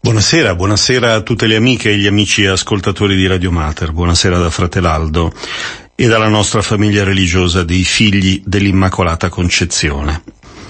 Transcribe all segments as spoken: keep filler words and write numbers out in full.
Buonasera, buonasera a tutte le amiche e gli amici ascoltatori di Radio Mater, buonasera da Fratelaldo e dalla nostra famiglia religiosa dei figli dell'Immacolata Concezione.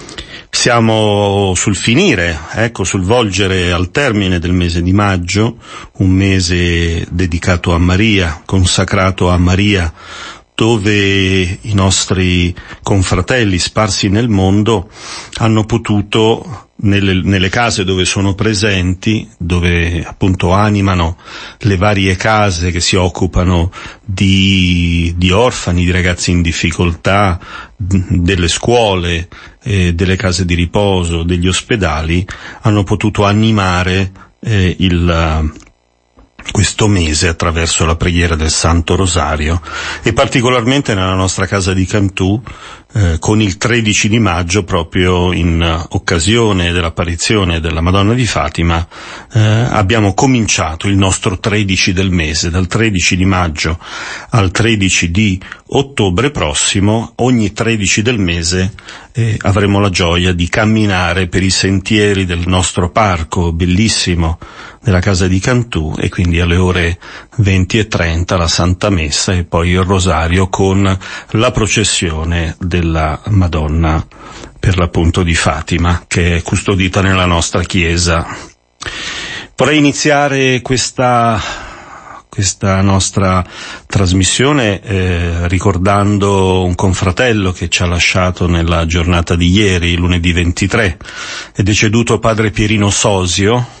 Siamo sul finire, ecco, sul volgere al termine del mese di maggio, un mese dedicato a Maria, consacrato a Maria, dove i nostri confratelli sparsi nel mondo hanno potuto, nelle, nelle case dove sono presenti, dove appunto animano le varie case che si occupano di, di orfani, di ragazzi in difficoltà, delle scuole, eh, delle case di riposo, degli ospedali, hanno potuto animare eh, il questo mese attraverso la preghiera del Santo Rosario, e particolarmente nella nostra casa di Cantù eh, con il tredici di maggio, proprio in uh, occasione dell'apparizione della Madonna di Fatima, eh, abbiamo cominciato il nostro tredici del mese. Dal tredici di maggio al tredici di ottobre prossimo, ogni tredici del mese eh, avremo la gioia di camminare per i sentieri del nostro parco bellissimo nella casa di Cantù, e quindi alle ore venti e trenta la Santa Messa e poi il Rosario con la processione della Madonna per l'appunto di Fatima, che è custodita nella nostra chiesa. Vorrei iniziare questa questa nostra trasmissione eh, ricordando un confratello che ci ha lasciato nella giornata di ieri, lunedì ventitré. È deceduto padre Pierino Sosio,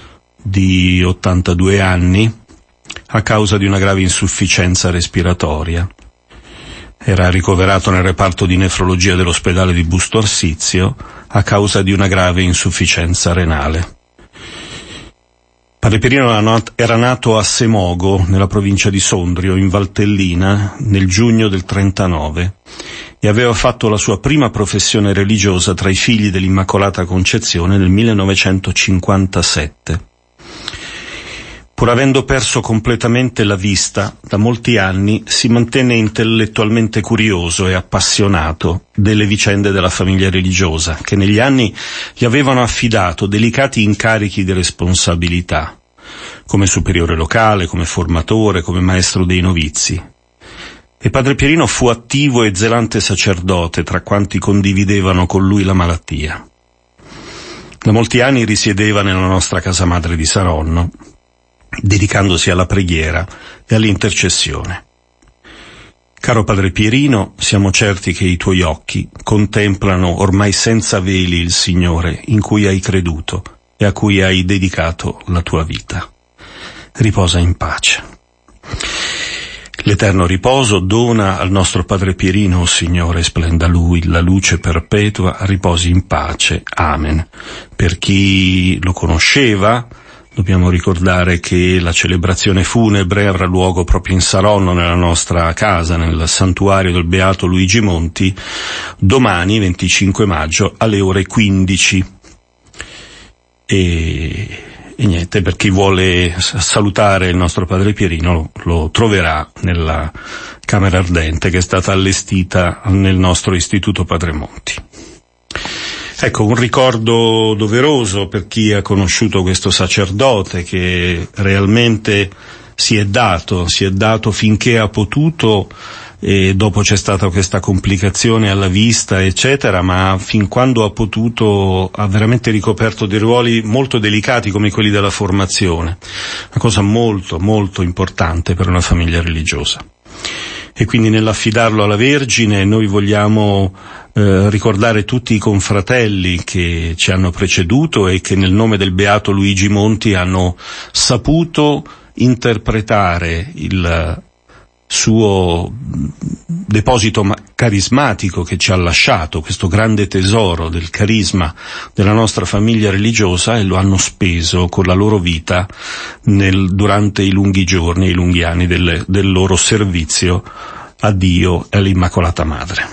di ottantadue anni, a causa di una grave insufficienza respiratoria. Era ricoverato nel reparto di nefrologia dell'ospedale di Busto Arsizio a causa di una grave insufficienza renale. Padre Pierino era nato a Semogo, nella provincia di Sondrio, in Valtellina, nel giugno del trentanove, e aveva fatto la sua prima professione religiosa tra i figli dell'Immacolata Concezione nel millenovecentocinquantasette. Pur avendo perso completamente la vista, da molti anni si mantenne intellettualmente curioso e appassionato delle vicende della famiglia religiosa, che negli anni gli avevano affidato delicati incarichi di responsabilità, come superiore locale, come formatore, come maestro dei novizi. E padre Pierino fu attivo e zelante sacerdote tra quanti condividevano con lui la malattia. Da molti anni risiedeva nella nostra casa madre di Saronno, dedicandosi alla preghiera e all'intercessione. Caro padre Pierino, siamo certi che i tuoi occhi contemplano ormai senza veli il Signore in cui hai creduto e a cui hai dedicato la tua vita. Riposa in pace. L'eterno riposo dona al nostro padre Pierino, o Signore, splenda lui la luce perpetua, riposi in pace. Amen. Per chi lo conosceva, dobbiamo ricordare che la celebrazione funebre avrà luogo proprio in Saronno, nella nostra casa, nel santuario del Beato Luigi Monti, domani, venticinque maggio, alle ore quindici. E, e niente, per chi vuole salutare il nostro padre Pierino lo, lo troverà nella camera ardente che è stata allestita nel nostro Istituto Padre Monti. Ecco, un ricordo doveroso per chi ha conosciuto questo sacerdote che realmente si è dato, si è dato finché ha potuto, e dopo c'è stata questa complicazione alla vista, eccetera, ma fin quando ha potuto ha veramente ricoperto dei ruoli molto delicati come quelli della formazione, una cosa molto, molto importante per una famiglia religiosa. E quindi nell'affidarlo alla Vergine noi vogliamo eh, ricordare tutti i confratelli che ci hanno preceduto e che nel nome del Beato Luigi Monti hanno saputo interpretare il suo deposito carismatico che ci ha lasciato, questo grande tesoro del carisma della nostra famiglia religiosa, e lo hanno speso con la loro vita nel, durante i lunghi giorni, i lunghi anni del, del loro servizio a Dio e all'Immacolata Madre.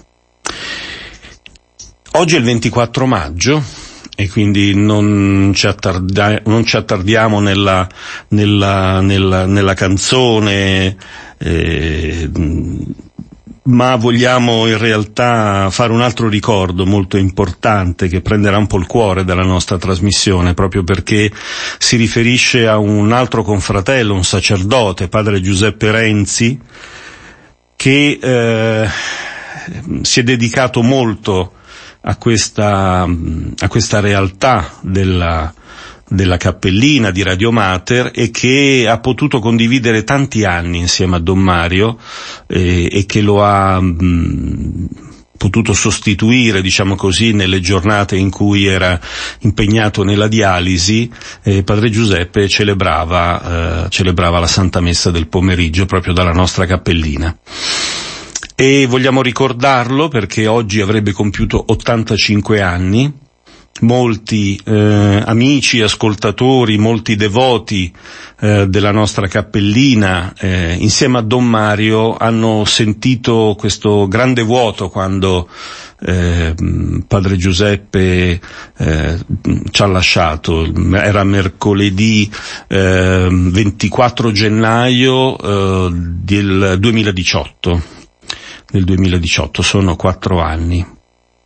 Oggi è il ventiquattro maggio e quindi non ci, attarda, non ci attardiamo nella, nella, nella, nella canzone eh, ma vogliamo in realtà fare un altro ricordo molto importante che prenderà un po' il cuore della nostra trasmissione, proprio perché si riferisce a un altro confratello, un sacerdote, padre Giuseppe Renzi, che eh, si è dedicato molto a questa, a questa realtà della della cappellina di Radio Mater e che ha potuto condividere tanti anni insieme a Don Mario eh, e che lo ha mh, potuto sostituire, diciamo così, nelle giornate in cui era impegnato nella dialisi. eh, Padre Giuseppe celebrava, eh, celebrava la Santa Messa del pomeriggio proprio dalla nostra cappellina. E vogliamo ricordarlo perché oggi avrebbe compiuto ottantacinque anni. Molti eh, amici, ascoltatori, molti devoti eh, della nostra cappellina eh, insieme a Don Mario hanno sentito questo grande vuoto quando eh, Padre Giuseppe eh, ci ha lasciato. Era mercoledì eh, ventiquattro gennaio eh, del duemiladiciotto, del duemiladiciotto, sono quattro anni.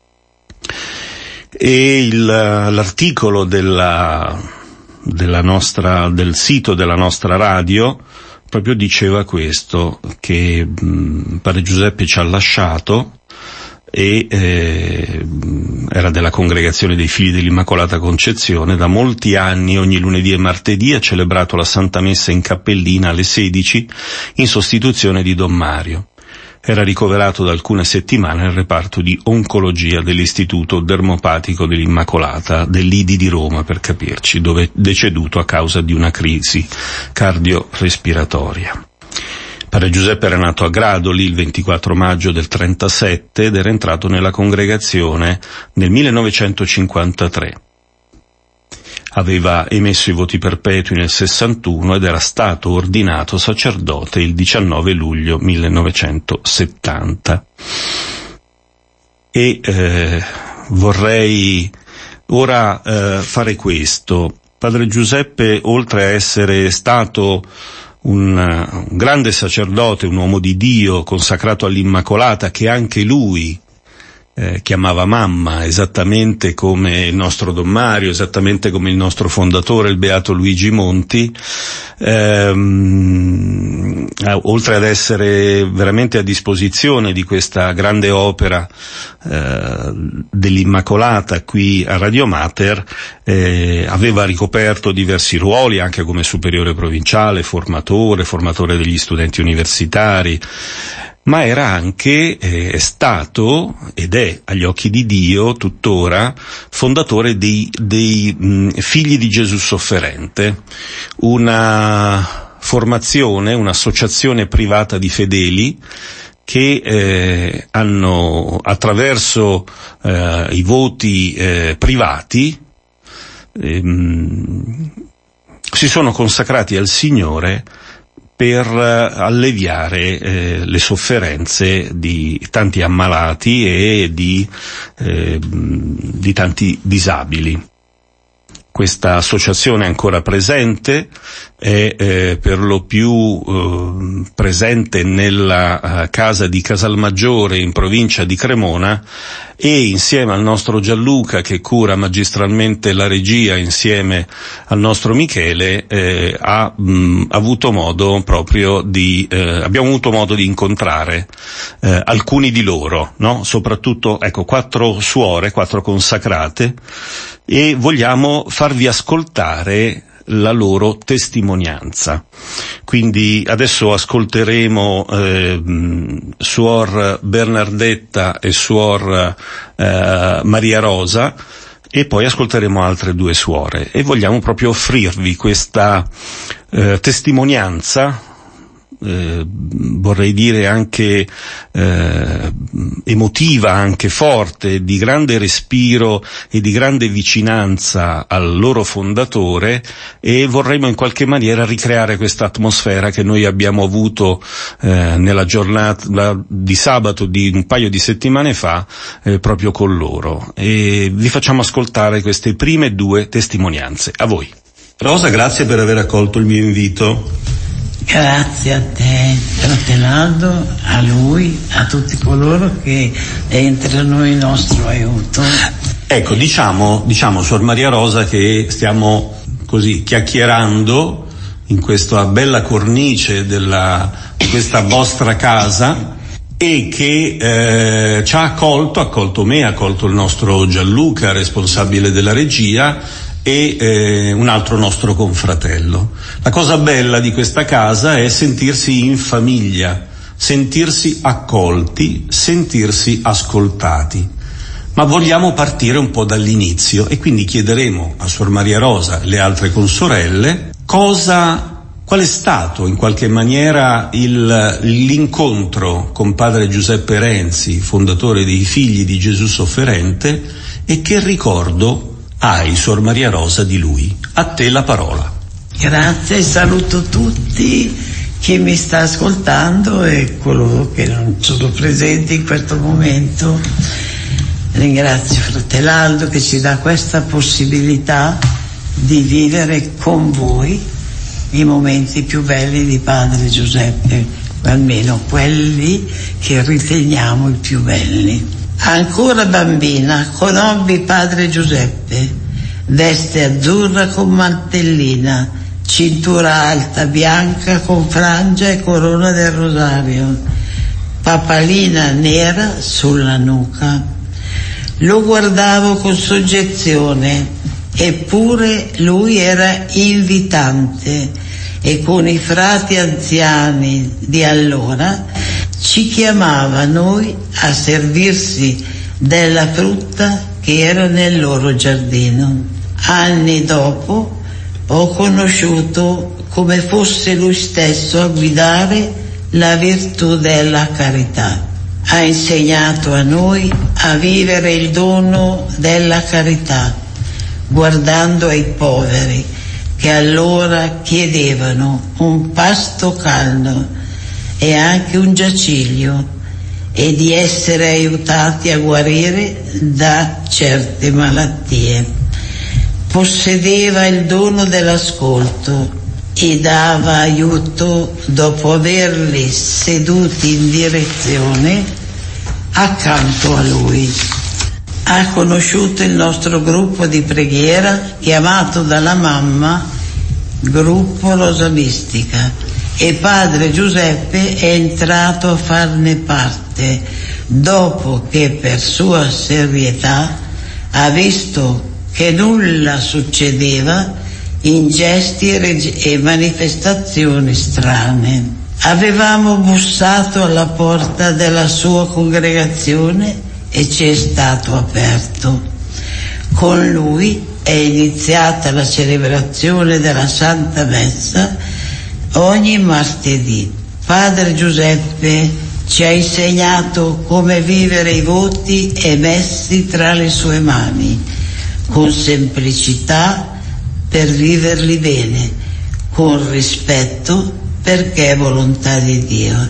E il, l'articolo della, della nostra, del sito della nostra radio proprio diceva questo, che mh, Padre Giuseppe ci ha lasciato e eh, era della congregazione dei Figli dell'Immacolata Concezione. Da molti anni, ogni lunedì e martedì, ha celebrato la Santa Messa in cappellina alle sedici in sostituzione di Don Mario. Era ricoverato da alcune settimane nel reparto di oncologia dell'Istituto Dermopatico dell'Immacolata, dell'I D I di Roma per capirci, dove è deceduto a causa di una crisi cardiorespiratoria. Padre Giuseppe era nato a Gradoli il ventiquattro maggio del trentasette ed era entrato nella congregazione nel millenovecentocinquantatré. Aveva emesso i voti perpetui nel sessantuno ed era stato ordinato sacerdote il diciannove luglio millenovecentosettanta. E eh, vorrei ora eh, fare questo. Padre Giuseppe, oltre a essere stato un, un grande sacerdote, un uomo di Dio consacrato all'Immacolata, che anche lui Eh, chiamava mamma, esattamente come il nostro Don Mario, esattamente come il nostro fondatore, il Beato Luigi Monti, ehm, oltre ad essere veramente a disposizione di questa grande opera eh, dell'Immacolata qui a Radio Mater, eh, aveva ricoperto diversi ruoli anche come superiore provinciale, formatore, formatore degli studenti universitari, ma era anche, eh, è stato, ed è agli occhi di Dio tuttora, fondatore dei, dei mh, Figli di Gesù Sofferente, una formazione, un'associazione privata di fedeli che eh, hanno, attraverso eh, i voti eh, privati, ehm, si sono consacrati al Signore per alleviare eh, le sofferenze di tanti ammalati e di, eh, di tanti disabili. Questa associazione è ancora presente, è eh, per lo più eh, presente nella uh, casa di Casalmaggiore in provincia di Cremona, e insieme al nostro Gianluca, che cura magistralmente la regia insieme al nostro Michele, eh, ha mh, avuto modo proprio di eh, abbiamo avuto modo di incontrare eh, alcuni di loro, no? Soprattutto, ecco, quattro suore, quattro consacrate, e vogliamo farvi ascoltare la loro testimonianza. Quindi adesso ascolteremo eh, Suor Bernardetta e Suor eh, Maria Rosa, e poi ascolteremo altre due suore, e vogliamo proprio offrirvi questa eh, testimonianza, eh, vorrei dire anche eh, emotiva, anche forte, di grande respiro e di grande vicinanza al loro fondatore, e vorremmo in qualche maniera ricreare questa atmosfera che noi abbiamo avuto eh, nella giornata di sabato di un paio di settimane fa eh, proprio con loro, e vi facciamo ascoltare queste prime due testimonianze. A voi. Rosa, grazie per aver accolto il mio invito. Grazie a te, Fratelaldo, a lui, a tutti coloro che entrano in nostro aiuto. Ecco, diciamo, diciamo, Suor Maria Rosa, che stiamo così chiacchierando in questa bella cornice della, di questa vostra casa, e che eh, ci ha accolto, ha accolto me, ha accolto il nostro Gianluca, responsabile della regia, e eh, un altro nostro confratello. La cosa bella di questa casa è sentirsi in famiglia, sentirsi accolti, sentirsi ascoltati. Ma vogliamo partire un po' dall'inizio, e quindi chiederemo a Suor Maria Rosa e le altre consorelle cosa, qual è stato in qualche maniera il, l'incontro con padre Giuseppe Renzi, fondatore dei Figli di Gesù Sofferente, e che ricordo hai, Suor Maria Rosa, di lui. A te la parola. Grazie, saluto tutti chi mi sta ascoltando e coloro che non sono presenti in questo momento. Ringrazio Fratelaldo che ci dà questa possibilità di vivere con voi i momenti più belli di padre Giuseppe, almeno quelli che riteniamo i più belli. Ancora bambina conobbi padre Giuseppe, veste azzurra con mantellina, cintura alta bianca con frangia e corona del rosario, papalina nera sulla nuca. Lo guardavo con soggezione, eppure lui era invitante, e con i frati anziani di allora ci chiamava noi a servirsi della frutta che era nel loro giardino. Anni dopo ho conosciuto come fosse lui stesso a guidare la virtù della carità. Ha insegnato a noi a vivere il dono della carità, guardando ai poveri che allora chiedevano un pasto caldo e anche un giaciglio, e di essere aiutati a guarire da certe malattie. Possedeva il dono dell'ascolto e dava aiuto dopo averli seduti in direzione accanto a lui. Ha conosciuto il nostro gruppo di preghiera, chiamato dalla mamma Gruppo Rosa Mistica, e padre Giuseppe è entrato a farne parte dopo che per sua serietà ha visto che nulla succedeva in gesti e manifestazioni strane. Avevamo bussato alla porta della sua congregazione e ci è stato aperto. Con lui è iniziata la celebrazione della Santa Messa ogni martedì. Padre Giuseppe ci ha insegnato come vivere i voti emessi tra le sue mani, con semplicità per viverli bene, con rispetto perché è volontà di Dio.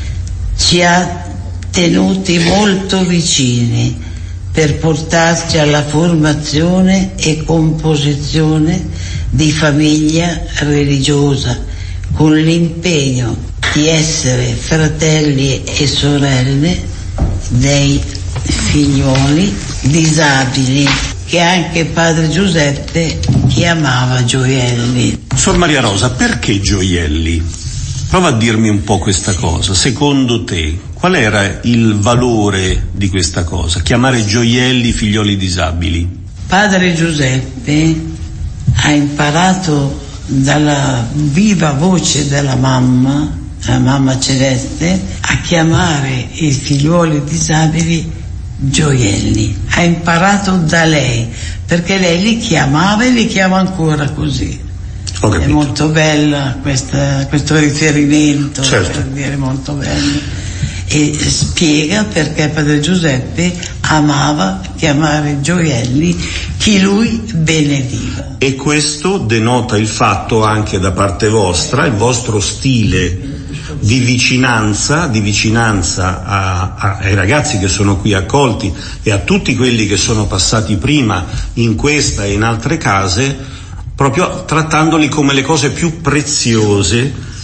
Ci ha tenuti molto vicini per portarci alla formazione e composizione di famiglia religiosa, con l'impegno di essere fratelli e sorelle dei figlioli disabili, che anche padre Giuseppe chiamava gioielli. Suor Maria Rosa, perché gioielli? Prova a dirmi un po' questa cosa. Secondo te, qual era il valore di questa cosa? Chiamare gioielli figlioli disabili? Padre Giuseppe ha imparato dalla viva voce della mamma, la mamma celeste, a chiamare i figlioli disabili gioielli. Ha imparato da lei, perché lei li chiamava e li chiama ancora così. È molto bella questa, questo riferimento, certo. Per dire, molto bello, e spiega perché padre Giuseppe amava chiamare gioielli chi lui benediva. E questo denota il fatto anche da parte vostra, il vostro stile di vicinanza, di vicinanza a, a, ai ragazzi che sono qui accolti e a tutti quelli che sono passati prima in questa e in altre case, proprio trattandoli come le cose più preziose,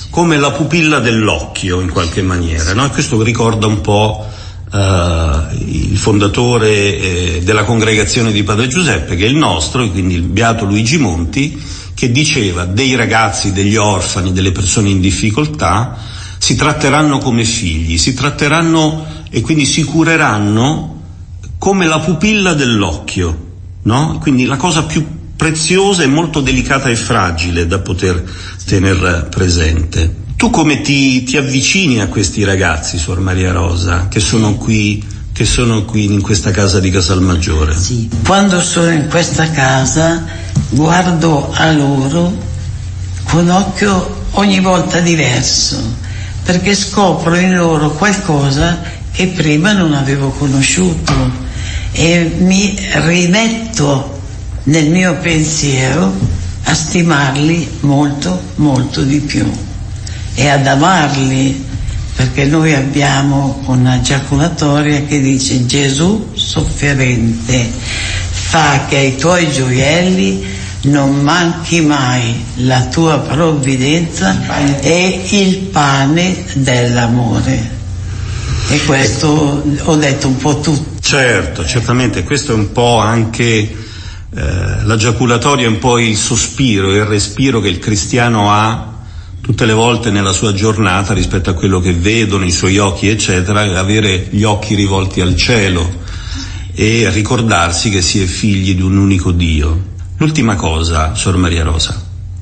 come la pupilla dell'occhio in qualche maniera, no? E questo ricorda un po' uh, il fondatore eh, della congregazione di Padre Giuseppe, che è il nostro, e quindi il beato Luigi Monti, che diceva: dei ragazzi, degli orfani, delle persone in difficoltà si tratteranno come figli, si tratteranno e quindi si cureranno come la pupilla dell'occhio, no? Quindi la cosa più preziosa e molto delicata e fragile da poter tener presente. Tu come ti, ti avvicini a questi ragazzi, Suor Maria Rosa, che sono qui, che sono qui in questa casa di Casalmaggiore? Sì, quando sono in questa casa guardo a loro con occhio ogni volta diverso, perché scopro in loro qualcosa che prima non avevo conosciuto e mi rimetto nel mio pensiero a stimarli molto molto di più e ad amarli, perché noi abbiamo una giaculatoria che dice: Gesù sofferente, fa che ai tuoi gioielli non manchi mai la tua provvidenza e il pane dell'amore. E questo ho detto un po' tutto. Certo, certamente, questo è un po' anche eh, la giaculatoria, è un po' il sospiro, il respiro che il cristiano ha tutte le volte nella sua giornata rispetto a quello che vedono i suoi occhi, eccetera, avere gli occhi rivolti al cielo e ricordarsi che si è figli di un unico Dio. L'ultima cosa, Suor Maria Rosa,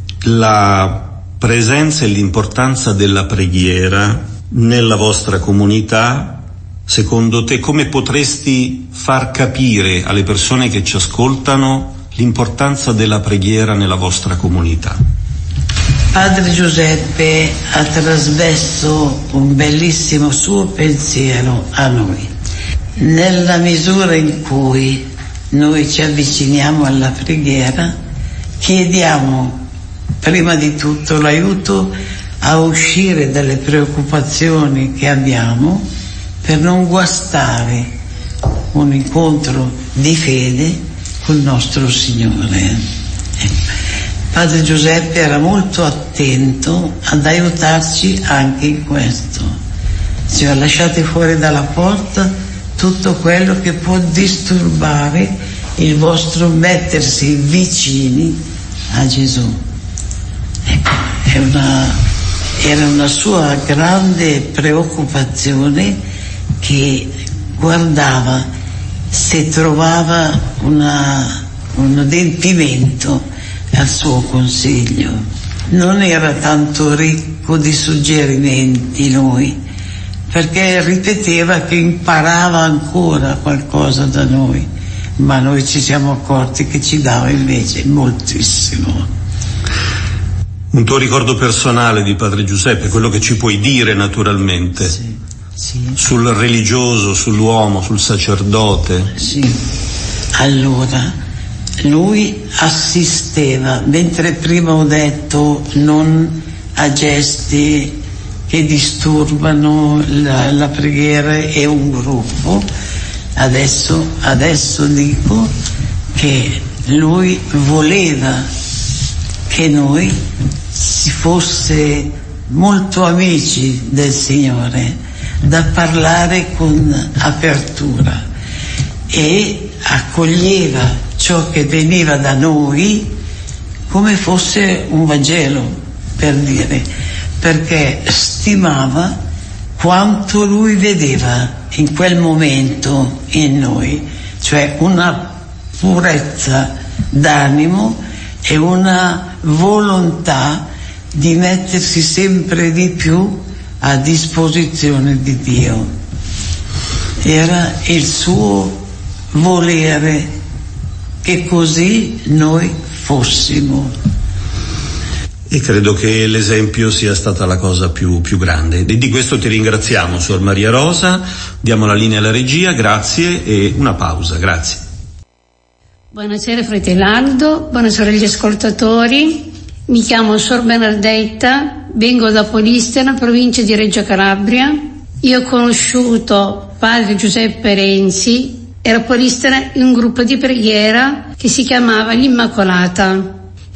la presenza e l'importanza della preghiera nella vostra comunità, secondo te come potresti far capire alle persone che ci ascoltano l'importanza della preghiera nella vostra comunità? Padre Giuseppe ha trasmesso un bellissimo suo pensiero a noi. Nella misura in cui noi ci avviciniamo alla preghiera, chiediamo prima di tutto l'aiuto a uscire dalle preoccupazioni che abbiamo per non guastare un incontro di fede col nostro Signore. Padre Giuseppe era molto attento ad aiutarci anche in questo. Cioè, lasciate fuori dalla porta tutto quello che può disturbare il vostro mettersi vicini a Gesù. Ecco, è una, era una sua grande preoccupazione, che guardava se trovava una, un adempimento al suo consiglio. Non era tanto ricco di suggerimenti lui, perché ripeteva che imparava ancora qualcosa da noi, ma noi ci siamo accorti che ci dava invece moltissimo. Un tuo ricordo personale di Padre Giuseppe, quello che ci puoi dire naturalmente, sì, sì. Sul religioso, sull'uomo, sul sacerdote? Sì, allora, lui assisteva, mentre prima ho detto non a gesti che disturbano la, la preghiera e un gruppo, adesso, adesso dico che lui voleva che noi si fosse molto amici del Signore, da parlare con apertura, e accoglieva ciò che veniva da noi come fosse un Vangelo, per dire, perché stimava quanto lui vedeva in quel momento in noi, cioè una purezza d'animo e una volontà di mettersi sempre di più a disposizione di Dio. Era il suo volere che così noi fossimo. E credo che l'esempio sia stata la cosa più, più grande. E di questo ti ringraziamo, Suor Maria Rosa. Diamo la linea alla regia, grazie, e una pausa, grazie. Buonasera fratello Aldo, buonasera agli ascoltatori. Mi chiamo Suor Bernardetta, vengo da Polistena, provincia di Reggio Calabria. Io ho conosciuto Padre Giuseppe Renzi, era Polistena in un gruppo di preghiera che si chiamava l'Immacolata.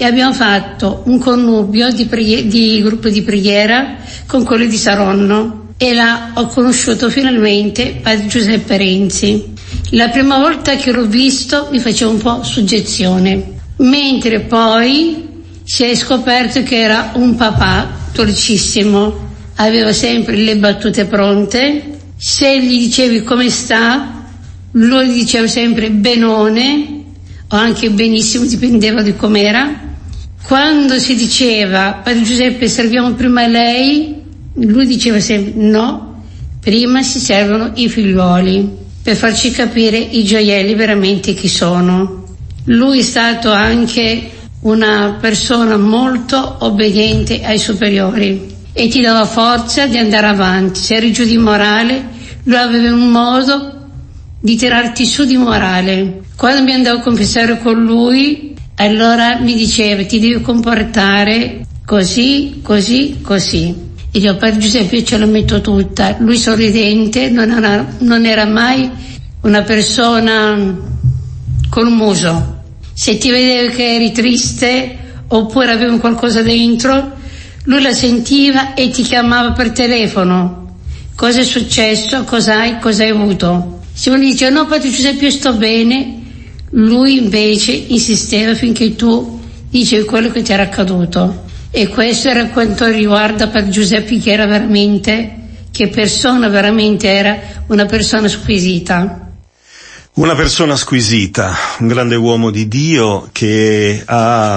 e abbiamo fatto un connubio di, preghi- di gruppo di preghiera con quello di Saronno, e là ho conosciuto finalmente padre Giuseppe Renzi. La prima volta che l'ho visto mi faceva un po' suggezione, mentre poi si è scoperto che era un papà dolcissimo, aveva sempre le battute pronte, se gli dicevi come sta, lui diceva sempre benone, o anche benissimo, dipendeva di com'era. Quando si diceva padre Giuseppe serviamo prima lei, lui diceva sempre no, prima si servono i figlioli, per farci capire i gioielli veramente chi sono. Lui è stato anche una persona molto obbediente ai superiori e ti dava forza di andare avanti. Se eri giù di morale, lui aveva un modo di tirarti su di morale. Quando mi andavo a confessare con lui, allora mi diceva ti devi comportare così, così, così. E io, padre Giuseppe, io ce la metto tutta. Lui sorridente, non era, non era mai una persona con un muso. Se ti vedeva che eri triste oppure avevi qualcosa dentro, lui la sentiva e ti chiamava per telefono. Cosa è successo? Cos'hai? Cosa hai avuto? Se uno diceva no, padre Giuseppe, io sto bene, lui invece insisteva finché tu dicevi quello che ti era accaduto. E questo era quanto riguarda padre Giuseppe, che era veramente, che persona veramente era, una persona squisita. Una persona squisita, un grande uomo di Dio che ha,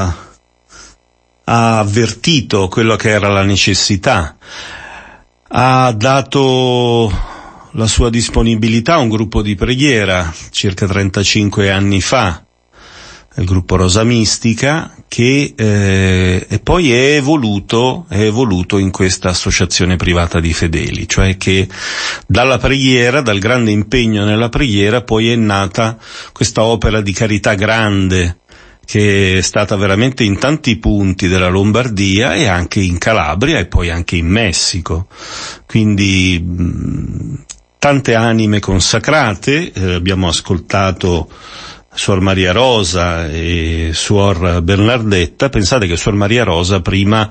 ha avvertito quello che era la necessità, ha dato la sua disponibilità a un gruppo di preghiera circa trentacinque anni fa, il gruppo Rosa Mistica, che eh, e poi è evoluto, è evoluto in questa associazione privata di fedeli, cioè che dalla preghiera, dal grande impegno nella preghiera, poi è nata questa opera di carità grande, che è stata veramente in tanti punti della Lombardia e anche in Calabria e poi anche in Messico. Quindi mh, tante anime consacrate, eh, abbiamo ascoltato Suor Maria Rosa e Suor Bernardetta. Pensate che Suor Maria Rosa prima,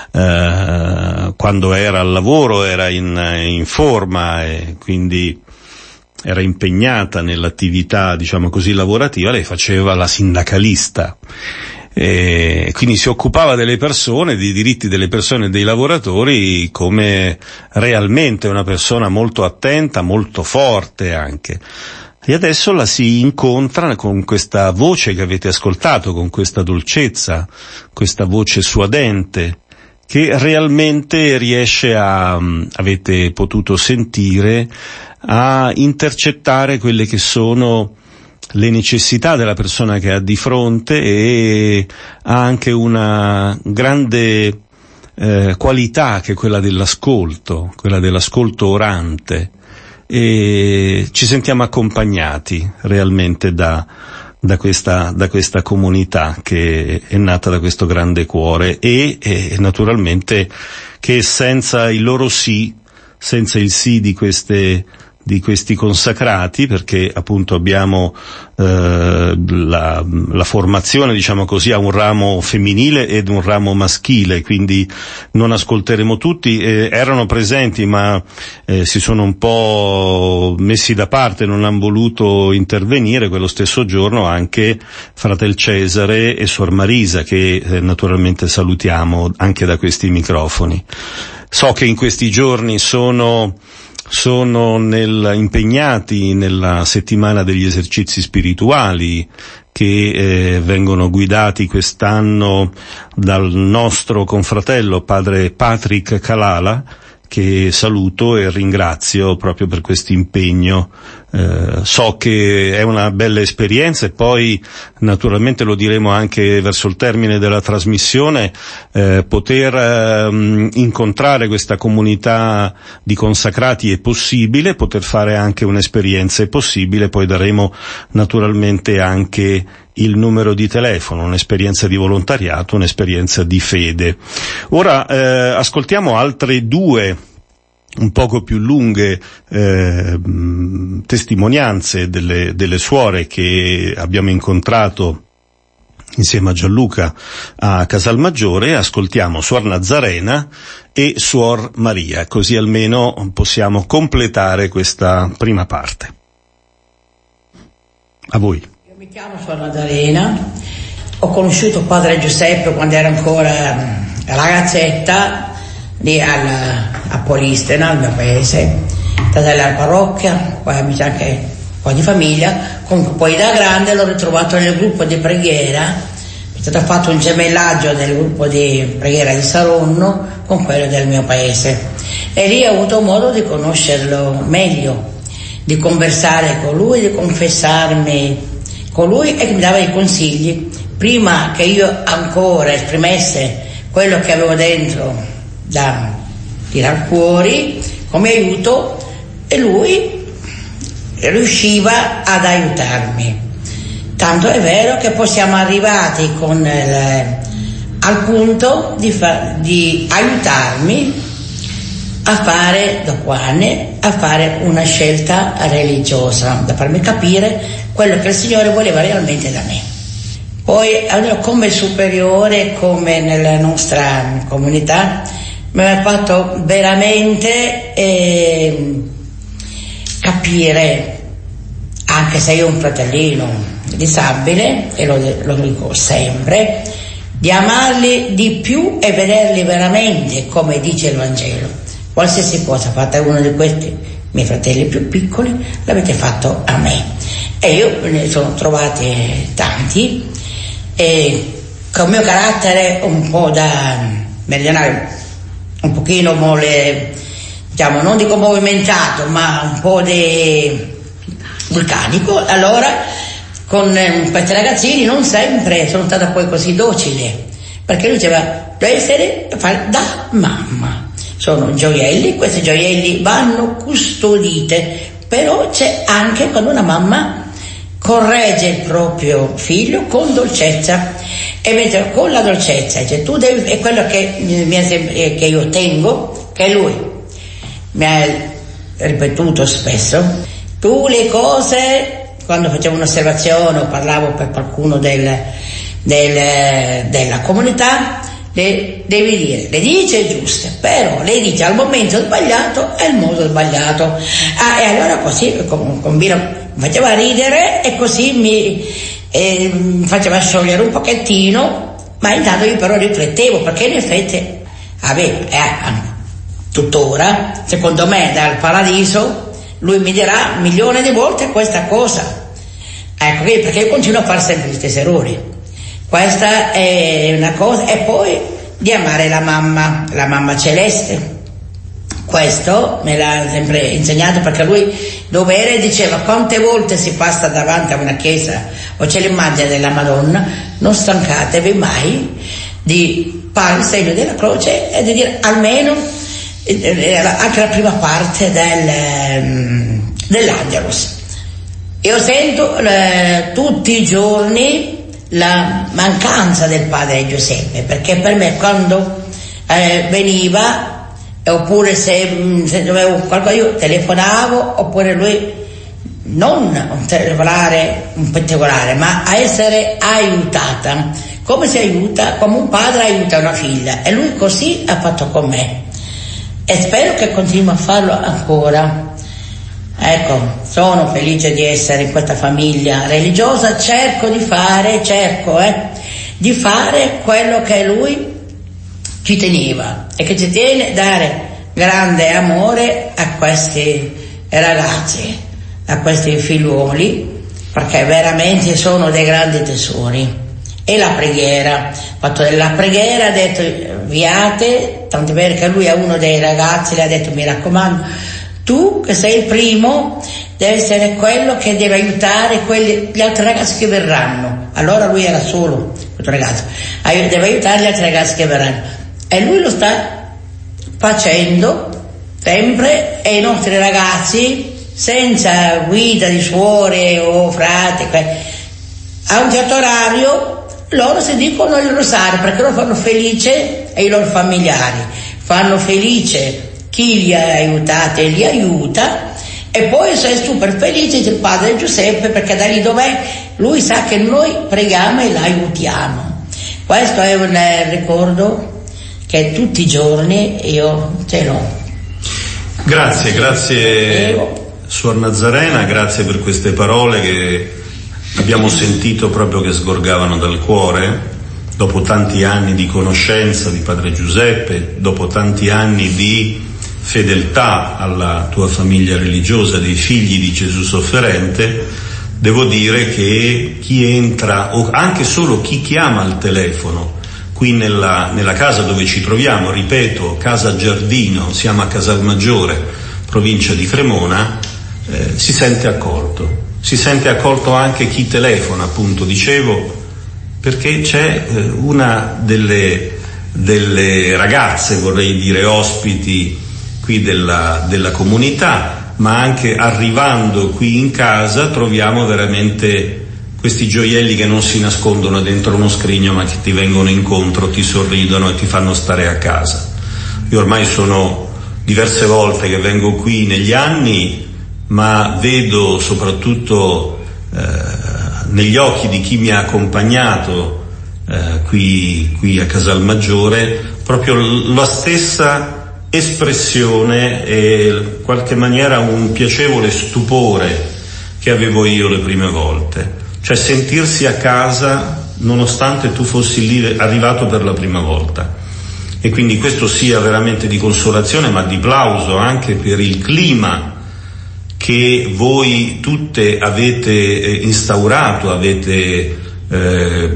eh, quando era al lavoro, era in, in forma e quindi era impegnata nell'attività, diciamo così, lavorativa. Lei faceva la sindacalista e quindi si occupava delle persone, dei diritti delle persone e dei lavoratori, come realmente una persona molto attenta, molto forte anche. E adesso la si incontra con questa voce che avete ascoltato, con questa dolcezza, questa voce suadente, che realmente riesce a, avete potuto sentire, a intercettare quelle che sono le necessità della persona che ha di fronte, e ha anche una grande eh, qualità che è quella dell'ascolto, quella dell'ascolto orante. E ci sentiamo accompagnati realmente da, da questa, da questa comunità che è nata da questo grande cuore e, e naturalmente che senza il loro sì, senza il sì di queste, di questi consacrati, perché appunto abbiamo eh, la, la formazione, diciamo così, a un ramo femminile ed un ramo maschile, quindi non ascolteremo tutti. Eh, erano presenti ma eh, si sono un po' messi da parte, non hanno voluto intervenire quello stesso giorno anche fratel Cesare e Suor Marisa, che eh, naturalmente salutiamo anche da questi microfoni. So che in questi giorni sono sono nel, impegnati nella settimana degli esercizi spirituali che eh, vengono guidati quest'anno dal nostro confratello padre Patrick Calala, che saluto e ringrazio proprio per questo impegno. Eh, so che è una bella esperienza e poi naturalmente lo diremo anche verso il termine della trasmissione, eh, poter eh, incontrare questa comunità di consacrati è possibile, poter fare anche un'esperienza è possibile, poi daremo naturalmente anche il numero di telefono, un'esperienza di volontariato, un'esperienza di fede. Ora eh, ascoltiamo altre due un poco più lunghe eh, testimonianze delle, delle suore che abbiamo incontrato insieme a Gianluca a Casalmaggiore. Ascoltiamo Suor Nazarena e Suor Maria, così almeno possiamo completare questa prima parte. A voi. Io mi chiamo Suor Nazarena, ho conosciuto Padre Giuseppe quando era ancora ragazzetta lì alla, a Polistena, al mio paese, stata alla parrocchia, poi amici anche un po' di famiglia. Comunque poi da grande l'ho ritrovato nel gruppo di preghiera, è stato fatto un gemellaggio del gruppo di preghiera di Saronno con quello del mio paese, e lì ho avuto modo di conoscerlo meglio, di conversare con lui, di confessarmi con lui, e che mi dava i consigli prima che io ancora esprimesse quello che avevo dentro da tirar fuori come aiuto, e lui riusciva ad aiutarmi. Tanto è vero che poi siamo arrivati con il, al punto di, fa, di aiutarmi a fare, dopo anni, a fare una scelta religiosa, da farmi capire quello che il Signore voleva realmente da me. Poi come superiore, come nella nostra comunità, mi ha fatto veramente eh, capire, anche se io ho un fratellino disabile, e lo, lo dico sempre, di amarli di più e vederli veramente come dice il Vangelo. Qualsiasi cosa fatta a uno di questi miei fratelli più piccoli, l'avete fatto a me. E io ne sono trovati tanti, e con il mio carattere un po' da meridionale, un pochino mole, diciamo, non dico movimentato, ma un po' di vulcanico, allora con questi ragazzini non sempre sono stata poi così docile, perché lui diceva devi essere fare da mamma. Sono gioielli, questi gioielli vanno custodite, però c'è anche quando una mamma corregge il proprio figlio con dolcezza, e mentre con la dolcezza, cioè tu devi, è quello che, mi è, che io tengo, che lui mi ha ripetuto spesso, tu le cose, quando facevo un'osservazione o parlavo per qualcuno del, del, della comunità, le devi dire, le dice giuste, però le dice al momento sbagliato e al modo sbagliato. Ah, e allora così con, con Bino mi faceva ridere, e così mi eh, faceva sciogliere un pochettino, ma intanto io però riflettevo, perché in effetti avevo, eh, tuttora, secondo me dal paradiso lui mi dirà milioni di volte questa cosa, ecco, perché io continuo a fare sempre gli stessi errori. Questa è una cosa, e poi di amare la mamma, la mamma celeste. Questo me l'ha sempre insegnato, perché lui dove era diceva quante volte si passa davanti a una chiesa o c'è l'immagine della Madonna, non stancatevi mai di fare il segno della croce e di dire almeno anche la prima parte del, dell'Angelus. Io sento eh, tutti i giorni la mancanza del padre Giuseppe, perché per me quando eh, veniva, oppure se, se dovevo qualcosa, io telefonavo, oppure lui non telefonare un particolare, ma a essere aiutata, come si aiuta, come un padre aiuta una figlia, e lui così ha fatto con me, e spero che continui a farlo ancora. Ecco, sono felice di essere in questa famiglia religiosa, cerco di fare, cerco eh, di fare quello che lui ci teneva, e che ci tiene a dare grande amore a questi ragazzi, a questi figliuoli, perché veramente sono dei grandi tesori. E la preghiera, fatto della preghiera, ha detto viate, tanto vero che lui a uno dei ragazzi le ha detto mi raccomando, tu che sei il primo devi essere quello che deve aiutare quelli, gli altri ragazzi che verranno. Allora lui era solo, questo ragazzo, deve aiutare gli altri ragazzi che verranno, e lui lo sta facendo sempre, e i nostri ragazzi senza guida di suore o frati a un certo orario loro si dicono il rosario, perché loro fanno felice e i loro familiari, fanno felice chi li ha aiutati e li aiuta, e poi sei super felice del padre Giuseppe, perché da lì dov'è lui sa che noi preghiamo e l'aiutiamo. Questo è un ricordo che tutti i giorni io ce l'ho. Grazie, grazie Suor Nazarena, grazie per queste parole che abbiamo sentito proprio che sgorgavano dal cuore, dopo tanti anni di conoscenza di Padre Giuseppe, dopo tanti anni di fedeltà alla tua famiglia religiosa dei figli di Gesù sofferente. Devo dire che chi entra, o anche solo chi chiama al telefono, qui nella, nella casa dove ci troviamo, ripeto, Casa Giardino, siamo a Casalmaggiore, provincia di Cremona, eh, si sente accolto. Si sente accolto anche chi telefona, appunto, dicevo, perché c'è eh, una delle, delle ragazze, vorrei dire, ospiti qui della, della comunità, ma anche arrivando qui in casa troviamo veramente questi gioielli che non si nascondono dentro uno scrigno, ma che ti vengono incontro, ti sorridono e ti fanno stare a casa. Io ormai sono diverse volte che vengo qui negli anni, ma vedo soprattutto eh, negli occhi di chi mi ha accompagnato eh, qui, qui a Casalmaggiore proprio la stessa espressione e in qualche maniera un piacevole stupore che avevo io le prime volte. Cioè sentirsi a casa nonostante tu fossi lì arrivato per la prima volta. E quindi questo sia veramente di consolazione, ma di plauso anche per il clima che voi tutte avete instaurato, avete eh,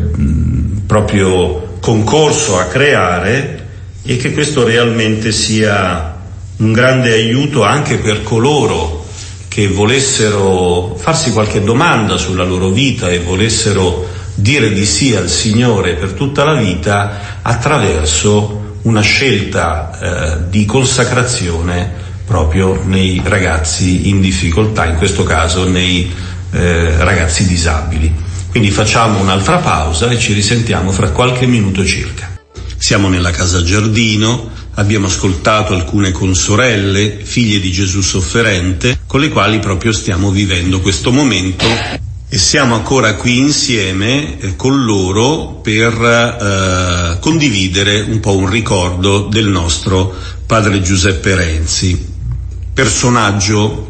proprio concorso a creare, e che questo realmente sia un grande aiuto anche per coloro che volessero farsi qualche domanda sulla loro vita e volessero dire di sì al Signore per tutta la vita attraverso una scelta eh, di consacrazione proprio nei ragazzi in difficoltà, in questo caso nei eh, ragazzi disabili. Quindi facciamo un'altra pausa e ci risentiamo fra qualche minuto circa. Siamo nella Casa Giardino, abbiamo ascoltato alcune consorelle, figlie di Gesù sofferente, con le quali proprio stiamo vivendo questo momento e siamo ancora qui insieme eh, con loro per eh, condividere un po' un ricordo del nostro Padre Giuseppe Renzi, personaggio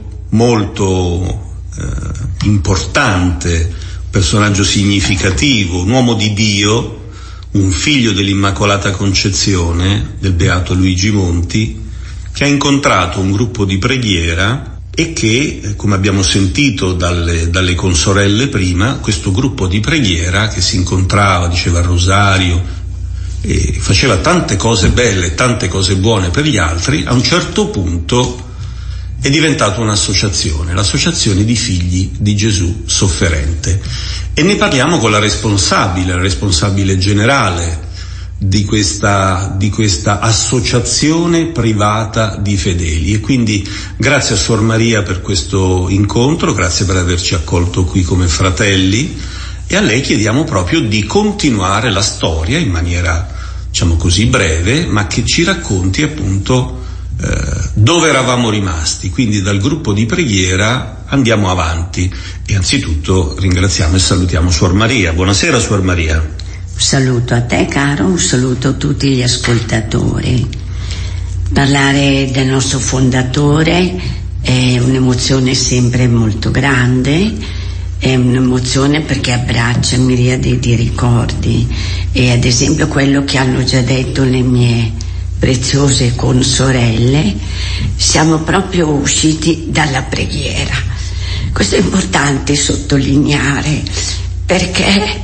molto eh, importante, personaggio significativo, un uomo di Dio, un figlio dell'Immacolata Concezione, del Beato Luigi Monti, che ha incontrato un gruppo di preghiera e che, come abbiamo sentito dalle, dalle consorelle prima, questo gruppo di preghiera che si incontrava, diceva il rosario, e faceva tante cose belle, tante cose buone per gli altri, a un certo punto è diventata un'associazione, l'associazione di figli di Gesù sofferente. E ne parliamo con la responsabile, la responsabile generale di questa, di questa associazione privata di fedeli. E quindi grazie a Suor Maria per questo incontro, grazie per averci accolto qui come fratelli, e a lei chiediamo proprio di continuare la storia in maniera, diciamo così, breve, ma che ci racconti appunto eh, dove eravamo rimasti. Quindi dal gruppo di preghiera andiamo avanti e anzitutto ringraziamo e salutiamo Suor Maria. Buonasera Suor Maria. Un saluto a te caro, un saluto a tutti gli ascoltatori. Parlare del nostro fondatore è un'emozione sempre molto grande, è un'emozione perché abbraccia miriadi di ricordi, e ad esempio quello che hanno già detto le mie preziose consorelle, siamo proprio usciti dalla preghiera. Questo è importante sottolineare, perché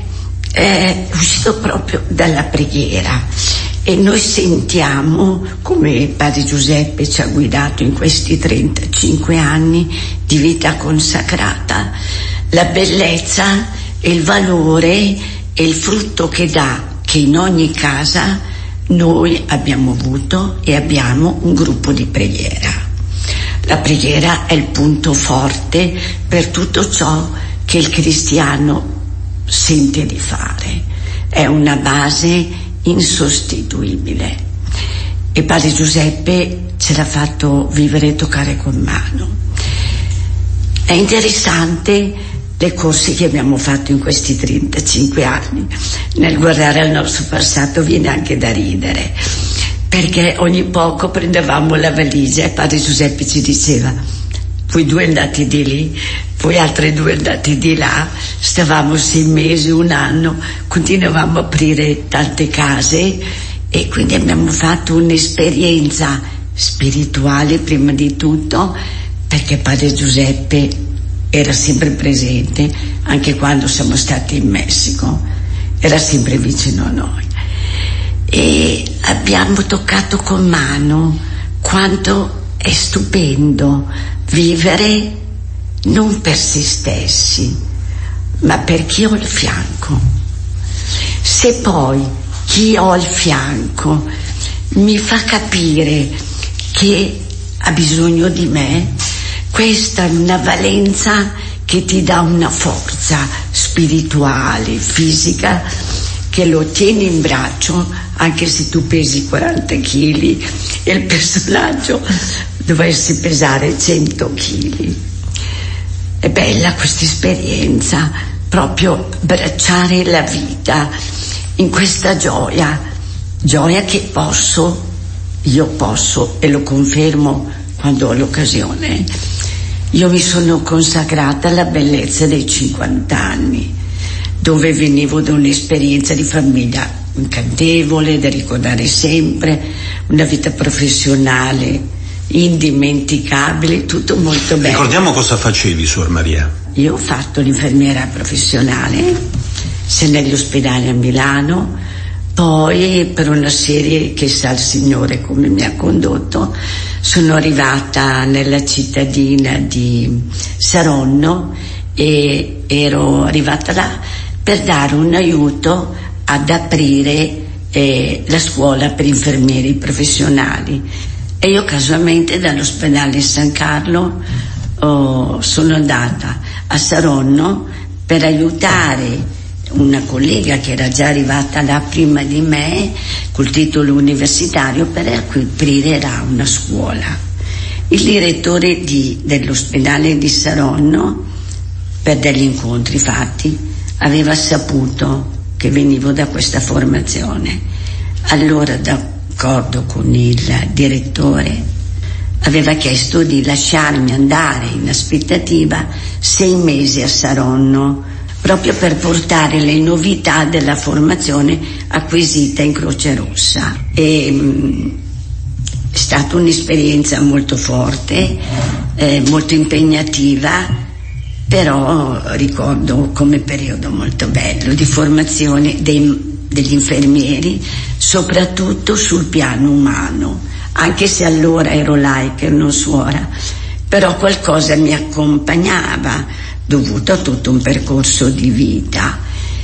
è uscito proprio dalla preghiera e noi sentiamo, come Padre Giuseppe ci ha guidato in questi trentacinque anni di vita consacrata, la bellezza e il valore e il frutto che dà, che in ogni casa noi abbiamo avuto e abbiamo un gruppo di preghiera. La preghiera è il punto forte per tutto ciò che il cristiano sente di fare, è una base insostituibile, e Padre Giuseppe ce l'ha fatto vivere e toccare con mano. È interessante le corse che abbiamo fatto in questi trentacinque anni. Nel guardare al nostro passato viene anche da ridere, perché ogni poco prendevamo la valigia e padre Giuseppe ci diceva: voi due andate di lì, poi altri due andate di là. Stavamo sei mesi, un anno, continuavamo a aprire tante case e quindi abbiamo fatto un'esperienza spirituale prima di tutto, perché padre Giuseppe era sempre presente, anche quando siamo stati in Messico, era sempre vicino a noi. E abbiamo toccato con mano quanto è stupendo vivere non per se stessi, ma per chi ho al fianco. Se poi chi ho al fianco mi fa capire che ha bisogno di me, questa è una valenza che ti dà una forza spirituale, fisica, che lo tieni in braccio anche se tu pesi quaranta chili e il personaggio dovesse pesare cento chili. È bella questa esperienza, proprio abbracciare la vita in questa gioia, gioia che posso, io posso, e lo confermo quando ho l'occasione. Io mi sono consacrata alla bellezza dei cinquanta anni, dove venivo da un'esperienza di famiglia incantevole, da ricordare sempre, una vita professionale indimenticabile, tutto molto bello. Ricordiamo cosa facevi, Suor Maria. Io ho fatto l'infermiera professionale, sia negli ospedali a Milano, poi per una serie che sa il Signore come mi ha condotto, sono arrivata nella cittadina di Saronno e ero arrivata là per dare un aiuto ad aprire eh, la scuola per infermieri professionali. E io casualmente dall'ospedale San Carlo oh, sono andata a Saronno per aiutare una collega che era già arrivata là prima di me col titolo universitario per aprire là una scuola. Il direttore di, dell'ospedale di Saronno, per degli incontri fatti, aveva saputo che venivo da questa formazione. Allora, d'accordo con il direttore, aveva chiesto di lasciarmi andare in aspettativa sei mesi a Saronno, proprio per portare le novità della formazione acquisita in Croce Rossa. E, mh, è stata un'esperienza molto forte, eh, molto impegnativa, però ricordo come periodo molto bello di formazione dei, degli infermieri, soprattutto sul piano umano, anche se allora ero laica e non suora, però qualcosa mi accompagnava, dovuto a tutto un percorso di vita,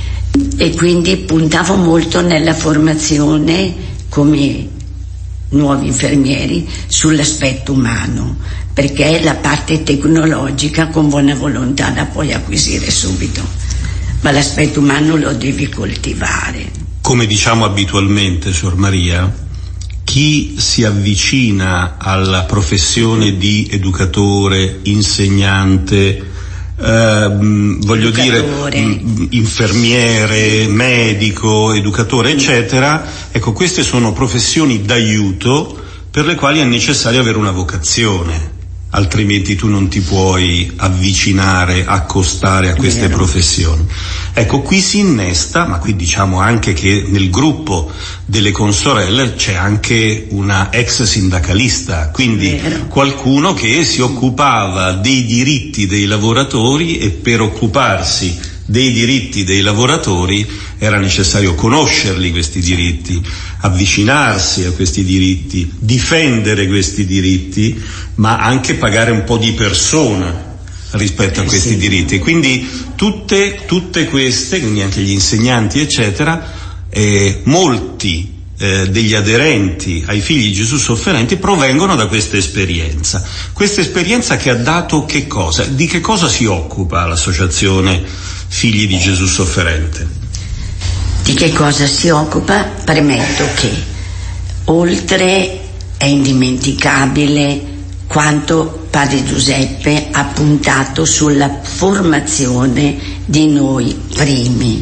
e quindi puntavo molto nella formazione come nuovi infermieri sull'aspetto umano, perché la parte tecnologica con buona volontà la puoi acquisire subito, ma l'aspetto umano lo devi coltivare. Come diciamo abitualmente, Suor Maria, chi si avvicina alla professione di educatore, insegnante, Uh, voglio educatore. dire infermiere, medico, educatore, eccetera, ecco, queste sono professioni d'aiuto per le quali è necessario avere una vocazione, altrimenti tu non ti puoi avvicinare, accostare a queste Vero. professioni. Ecco, qui si innesta, ma qui diciamo anche che nel gruppo delle consorelle c'è anche una ex sindacalista, quindi Vero. qualcuno che si occupava dei diritti dei lavoratori, e per occuparsi dei diritti dei lavoratori era necessario conoscerli questi diritti, avvicinarsi a questi diritti, difendere questi diritti, ma anche pagare un po' di persona rispetto a questi diritti. Quindi tutte, tutte queste, quindi anche gli insegnanti eccetera, eh, molti eh, degli aderenti ai Figli di Gesù Sofferenti provengono da questa esperienza. Questa esperienza che ha dato che cosa? Di che cosa si occupa l'associazione Figli di Gesù Sofferente? Di che cosa si occupa? Premetto che oltre è indimenticabile quanto padre Giuseppe ha puntato sulla formazione di noi primi.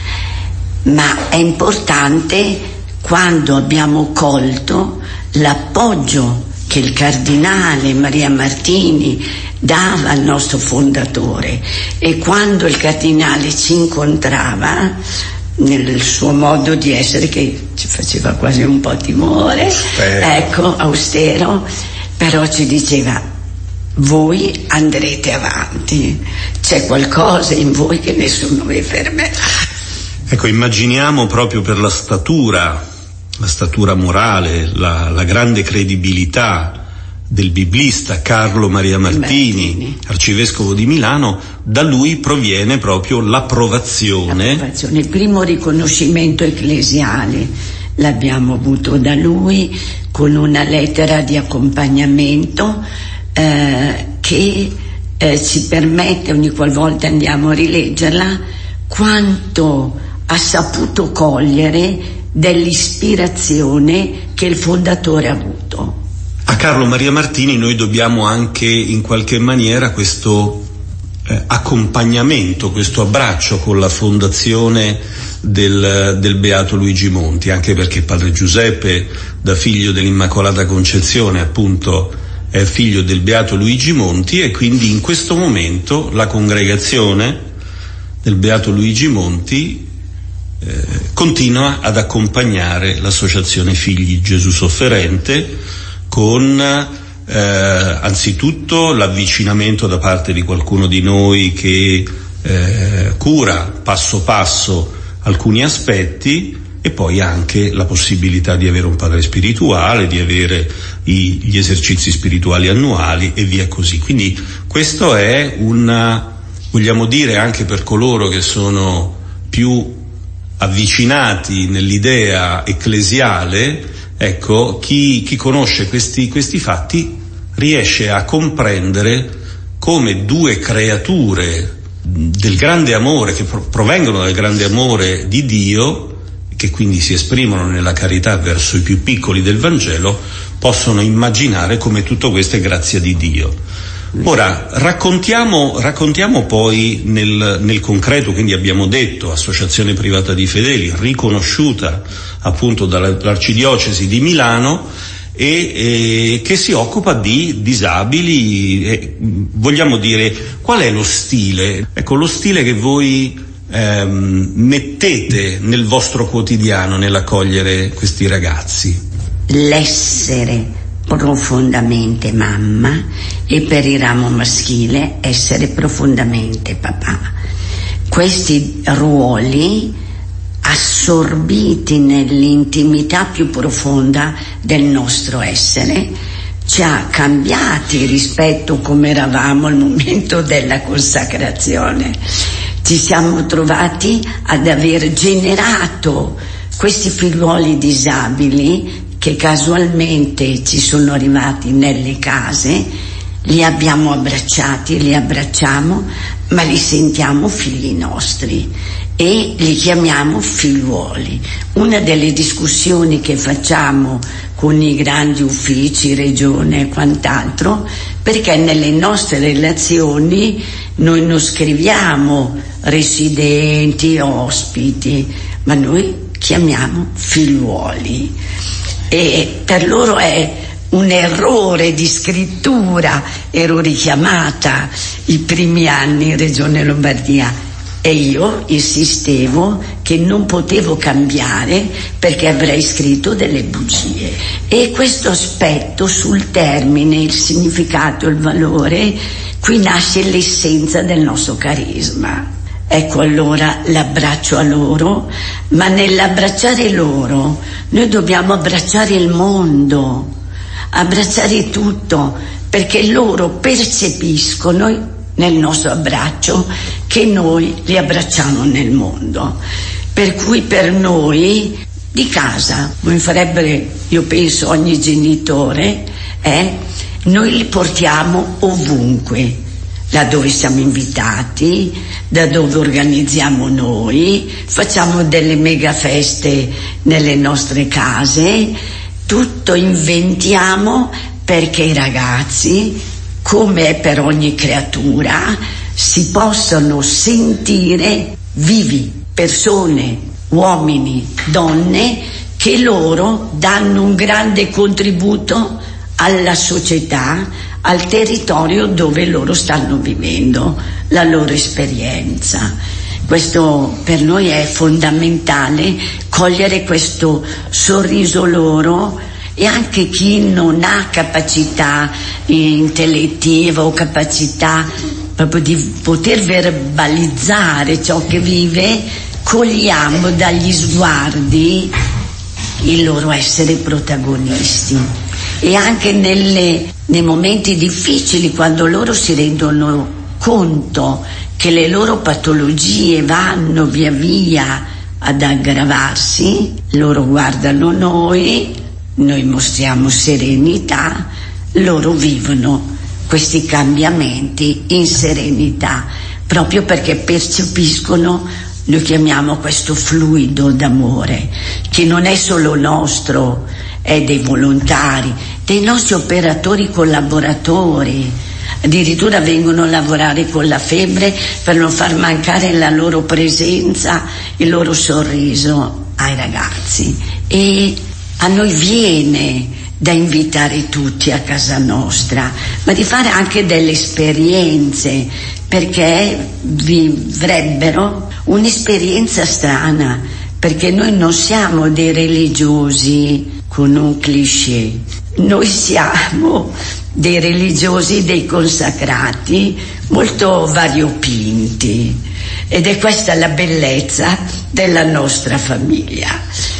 Ma è importante quando abbiamo colto l'appoggio che il cardinale Maria Martini dava al nostro fondatore, e quando il cardinale ci incontrava nel suo modo di essere, che ci faceva quasi un po' timore, austero. ecco, austero, però ci diceva: voi andrete avanti, c'è qualcosa in voi che nessuno vi fermerà. Ecco, immaginiamo proprio per la statura, la statura morale, la, la grande credibilità del biblista Carlo Maria Martini, Martini, arcivescovo di Milano. Da lui proviene proprio l'approvazione. l'approvazione. Il primo riconoscimento ecclesiale l'abbiamo avuto da lui, con una lettera di accompagnamento eh, che eh, ci permette, ogni qualvolta andiamo a rileggerla, quanto ha saputo cogliere dell'ispirazione che il fondatore ha avuto. A Carlo Maria Martini noi dobbiamo anche in qualche maniera questo eh, accompagnamento, questo abbraccio con la fondazione del, del Beato Luigi Monti, anche perché padre Giuseppe, da figlio dell'Immacolata Concezione, appunto è figlio del Beato Luigi Monti, e quindi in questo momento la congregazione del Beato Luigi Monti eh, continua ad accompagnare l'associazione Figli Gesù Sofferente, con eh, anzitutto l'avvicinamento da parte di qualcuno di noi che eh, cura passo passo alcuni aspetti, e poi anche la possibilità di avere un padre spirituale, di avere i, gli esercizi spirituali annuali e via così. Quindi questo è una, vogliamo dire, anche per coloro che sono più avvicinati nell'idea ecclesiale, ecco, chi, chi conosce questi, questi fatti riesce a comprendere come due creature del grande amore, che provengono dal grande amore di Dio, che quindi si esprimono nella carità verso i più piccoli del Vangelo, possono immaginare come tutto questo è grazia di Dio. Ora, raccontiamo, raccontiamo poi nel, nel concreto. Quindi abbiamo detto associazione privata di fedeli, riconosciuta appunto dall'Arcidiocesi di Milano, e, e che si occupa di disabili. E, vogliamo dire, qual è lo stile? Ecco, lo stile che voi ehm, mettete nel vostro quotidiano nell'accogliere questi ragazzi. L'essere profondamente mamma, e per il ramo maschile essere profondamente papà. Questi ruoli assorbiti nell'intimità più profonda del nostro essere ci ha cambiati rispetto a come eravamo al momento della consacrazione. Ci siamo trovati ad aver generato questi figliuoli disabili che casualmente ci sono arrivati nelle case, li abbiamo abbracciati, li abbracciamo, ma li sentiamo figli nostri e li chiamiamo figliuoli. Una delle discussioni che facciamo con i grandi uffici, regione e quant'altro, perché nelle nostre relazioni noi non scriviamo residenti, ospiti, ma noi chiamiamo figliuoli. E per loro è un errore di scrittura. Ero richiamata i primi anni in Regione Lombardia e io insistevo che non potevo cambiare perché avrei scritto delle bugie. E questo aspetto sul termine, il significato, il valore, qui nasce l'essenza del nostro carisma. Ecco allora l'abbraccio a loro, ma nell'abbracciare loro noi dobbiamo abbracciare il mondo, abbracciare tutto, perché loro percepiscono nel nostro abbraccio che noi li abbracciamo nel mondo. Per cui per noi di casa, come farebbe, io penso, ogni genitore, eh, noi li portiamo ovunque, da dove siamo invitati, da dove organizziamo noi, facciamo delle mega feste nelle nostre case, tutto inventiamo perché i ragazzi, come è per ogni creatura, si possano sentire vivi, persone, uomini, donne, che loro danno un grande contributo alla società, al territorio dove loro stanno vivendo la loro esperienza. Questo per noi è fondamentale, cogliere questo sorriso loro, e anche chi non ha capacità intellettiva o capacità proprio di poter verbalizzare ciò che vive, cogliamo dagli sguardi il loro essere protagonisti. E anche nelle, nei momenti difficili, quando loro si rendono conto che le loro patologie vanno via via ad aggravarsi, loro guardano noi, noi mostriamo serenità, loro vivono questi cambiamenti in serenità, proprio perché percepiscono, noi chiamiamo questo fluido d'amore, che non è solo nostro, è dei volontari, dei nostri operatori collaboratori. Addirittura vengono a lavorare con la febbre per non far mancare la loro presenza, il loro sorriso ai ragazzi. E a noi viene da invitare tutti a casa nostra, ma di fare anche delle esperienze, perché vivrebbero un'esperienza strana, perché noi non siamo dei religiosi con un cliché, noi siamo dei religiosi, dei consacrati molto variopinti, ed è questa la bellezza della nostra famiglia.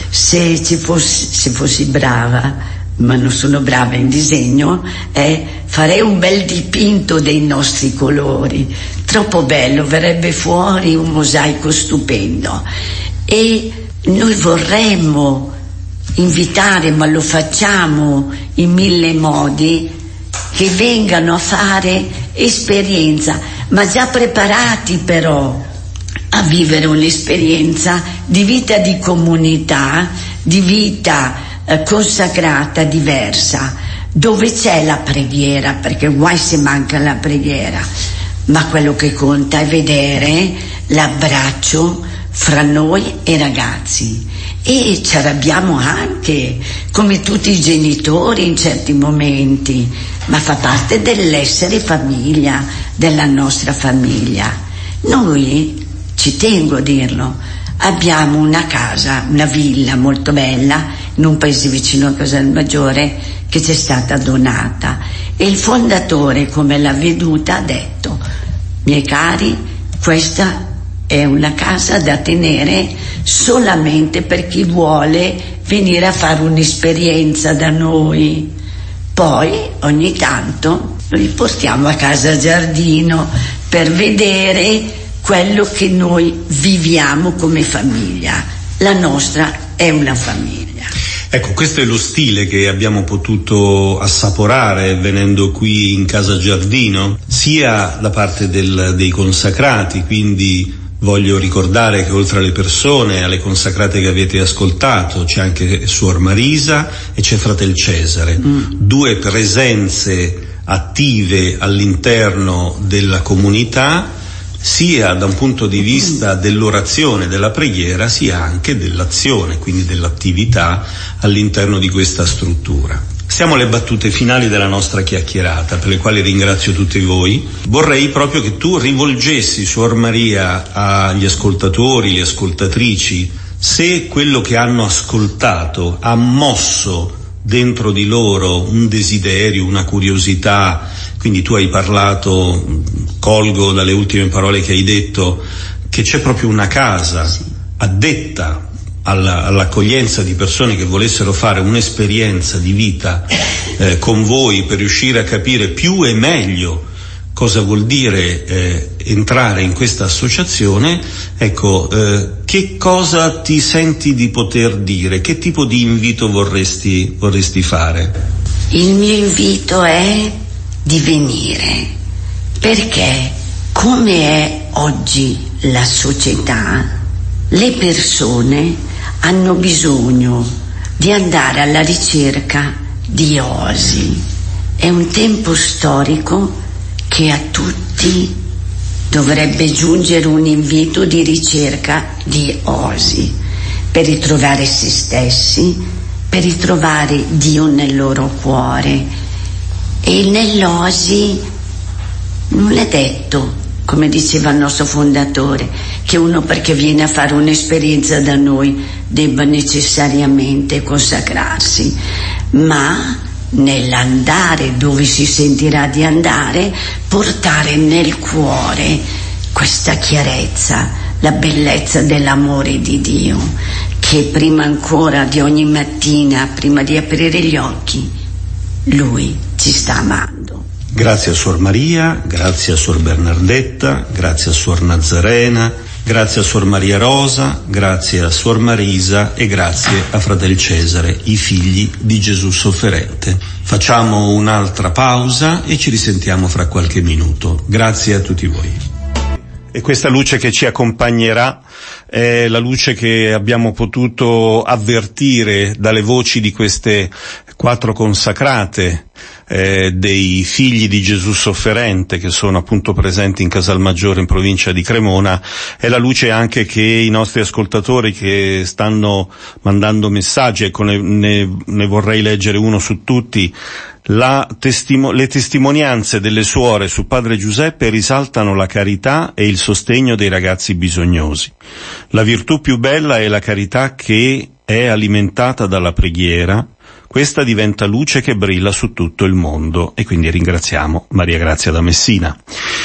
Se ci fossi, se fossi brava, ma non sono brava in disegno, eh, farei un bel dipinto dei nostri colori, troppo bello, verrebbe fuori un mosaico stupendo. E noi vorremmo invitare, ma lo facciamo in mille modi, che vengano a fare esperienza, ma già preparati però a vivere un'esperienza di vita di comunità, di vita eh, consacrata, diversa, dove c'è la preghiera, perché guai se manca la preghiera, ma quello che conta è vedere l'abbraccio fra noi e ragazzi. E ci arrabbiamo anche, come tutti i genitori in certi momenti, ma fa parte dell'essere famiglia, della nostra famiglia. Noi, ci tengo a dirlo, abbiamo una casa, una villa molto bella in un paese vicino a Casalmaggiore che ci è stata donata, e il fondatore, come l'ha veduta, ha detto: miei cari, questa è una casa da tenere solamente per chi vuole venire a fare un'esperienza da noi. Poi ogni tanto li portiamo a casa giardino per vedere quello che noi viviamo come famiglia. La nostra è una famiglia. Ecco, questo è lo stile che abbiamo potuto assaporare venendo qui in Casa Giardino, sia da parte del, dei consacrati, quindi voglio ricordare che oltre alle persone, alle consacrate che avete ascoltato, c'è anche Suor Marisa e c'è Fratel Cesare, mm. due presenze attive all'interno della comunità, sia da un punto di vista dell'orazione, della preghiera, sia anche dell'azione, quindi dell'attività all'interno di questa struttura. Siamo alle battute finali della nostra chiacchierata, per le quali ringrazio tutti voi. Vorrei proprio che tu rivolgessi, Suor Maria, agli ascoltatori, le ascoltatrici, se quello che hanno ascoltato ha mosso dentro di loro un desiderio, una curiosità. Quindi tu hai parlato, colgo dalle ultime parole che hai detto, che c'è proprio una casa addetta alla, all'accoglienza di persone che volessero fare un'esperienza di vita eh, con voi, per riuscire a capire più e meglio cosa vuol dire eh, entrare in questa associazione. Ecco, eh, che cosa ti senti di poter dire? Che tipo di invito vorresti, vorresti fare? Il mio invito è di venire, perché come è oggi la società, le persone hanno bisogno di andare alla ricerca di oasi, È un tempo storico che a tutti dovrebbe giungere un invito di ricerca di osi, per ritrovare se stessi, per ritrovare Dio nel loro cuore. E nell'osi non è detto, come diceva il nostro fondatore, che uno perché viene a fare un'esperienza da noi debba necessariamente consacrarsi, ma nell'andare dove si sentirà di andare, portare nel cuore questa chiarezza, la bellezza dell'amore di Dio, che prima ancora di ogni mattina, prima di aprire gli occhi, Lui ci sta amando. Grazie a Suor Maria, grazie a Suor Bernardetta, grazie a Suor Nazarena, grazie a Suor Maria Rosa, grazie a Suor Marisa e grazie a Fratel Cesare, i figli di Gesù sofferente. Facciamo un'altra pausa e ci risentiamo fra qualche minuto. Grazie a tutti voi. E questa luce che ci accompagnerà è la luce che abbiamo potuto avvertire dalle voci di queste quattro consacrate eh, dei figli di Gesù sofferente, che sono appunto presenti in Casalmaggiore in provincia di Cremona. È la luce anche che i nostri ascoltatori che stanno mandando messaggi, ecco, ne, ne, ne vorrei leggere uno su tutti. La testimo- le testimonianze delle suore su Padre Giuseppe risaltano la carità e il sostegno dei ragazzi bisognosi. La virtù più bella è la carità che è alimentata dalla preghiera. Questa diventa luce che brilla su tutto il mondo, e quindi ringraziamo Maria Grazia da Messina.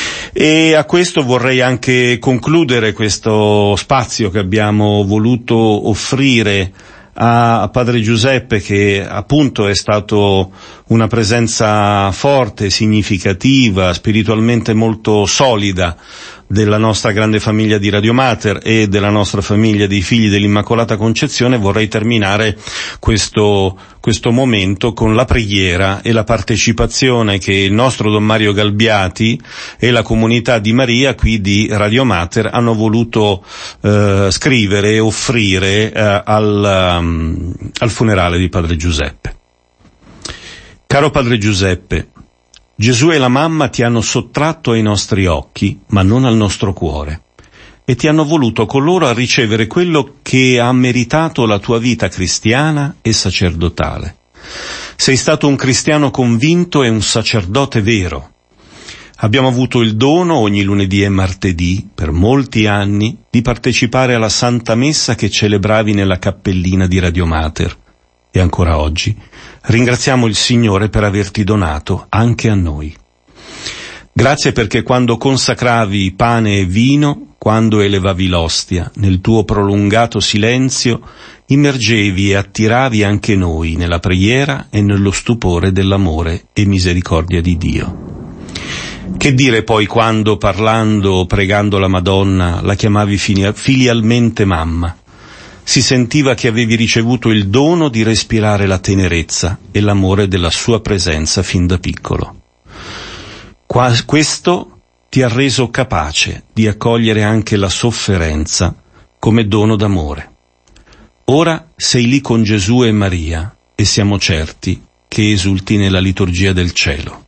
E a questo vorrei anche concludere questo spazio che abbiamo voluto offrire a Padre Giuseppe, che appunto è stato una presenza forte, significativa, spiritualmente molto solida della nostra grande famiglia di Radio Mater e della nostra famiglia dei figli dell'Immacolata Concezione. Vorrei terminare questo, questo momento con la preghiera e la partecipazione che il nostro Don Mario Galbiati e la comunità di Maria qui di Radio Mater hanno voluto eh, scrivere e offrire eh, al, um, al funerale di Padre Giuseppe. Caro Padre Giuseppe, Gesù e la mamma ti hanno sottratto ai nostri occhi, ma non al nostro cuore, e ti hanno voluto con loro a ricevere quello che ha meritato la tua vita cristiana e sacerdotale. Sei stato un cristiano convinto e un sacerdote vero. Abbiamo avuto il dono, ogni lunedì e martedì, per molti anni, di partecipare alla Santa Messa che celebravi nella cappellina di Radio Mater. E ancora oggi ringraziamo il Signore per averti donato anche a noi. Grazie perché quando consacravi pane e vino, quando elevavi l'ostia, nel tuo prolungato silenzio, immergevi e attiravi anche noi nella preghiera e nello stupore dell'amore e misericordia di Dio. Che dire poi quando, parlando o pregando la Madonna, la chiamavi filialmente mamma? Si sentiva che avevi ricevuto il dono di respirare la tenerezza e l'amore della sua presenza fin da piccolo. Qua, questo ti ha reso capace di accogliere anche la sofferenza come dono d'amore. Ora sei lì con Gesù e Maria e siamo certi che esulti nella liturgia del cielo.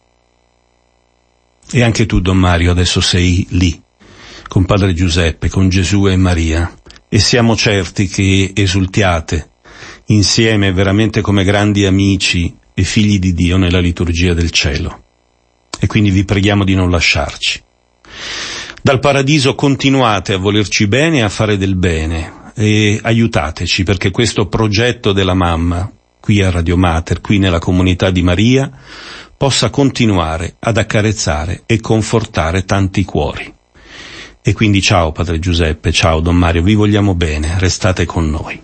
E anche tu, Don Mario, adesso sei lì, con Padre Giuseppe, con Gesù e Maria, e siamo certi che esultiate insieme veramente come grandi amici e figli di Dio nella liturgia del cielo. E quindi vi preghiamo di non lasciarci. Dal paradiso continuate a volerci bene e a fare del bene e aiutateci perché questo progetto della mamma qui a Radio Mater, qui nella comunità di Maria, possa continuare ad accarezzare e confortare tanti cuori. E quindi ciao Padre Giuseppe, ciao Don Mario, vi vogliamo bene, restate con noi.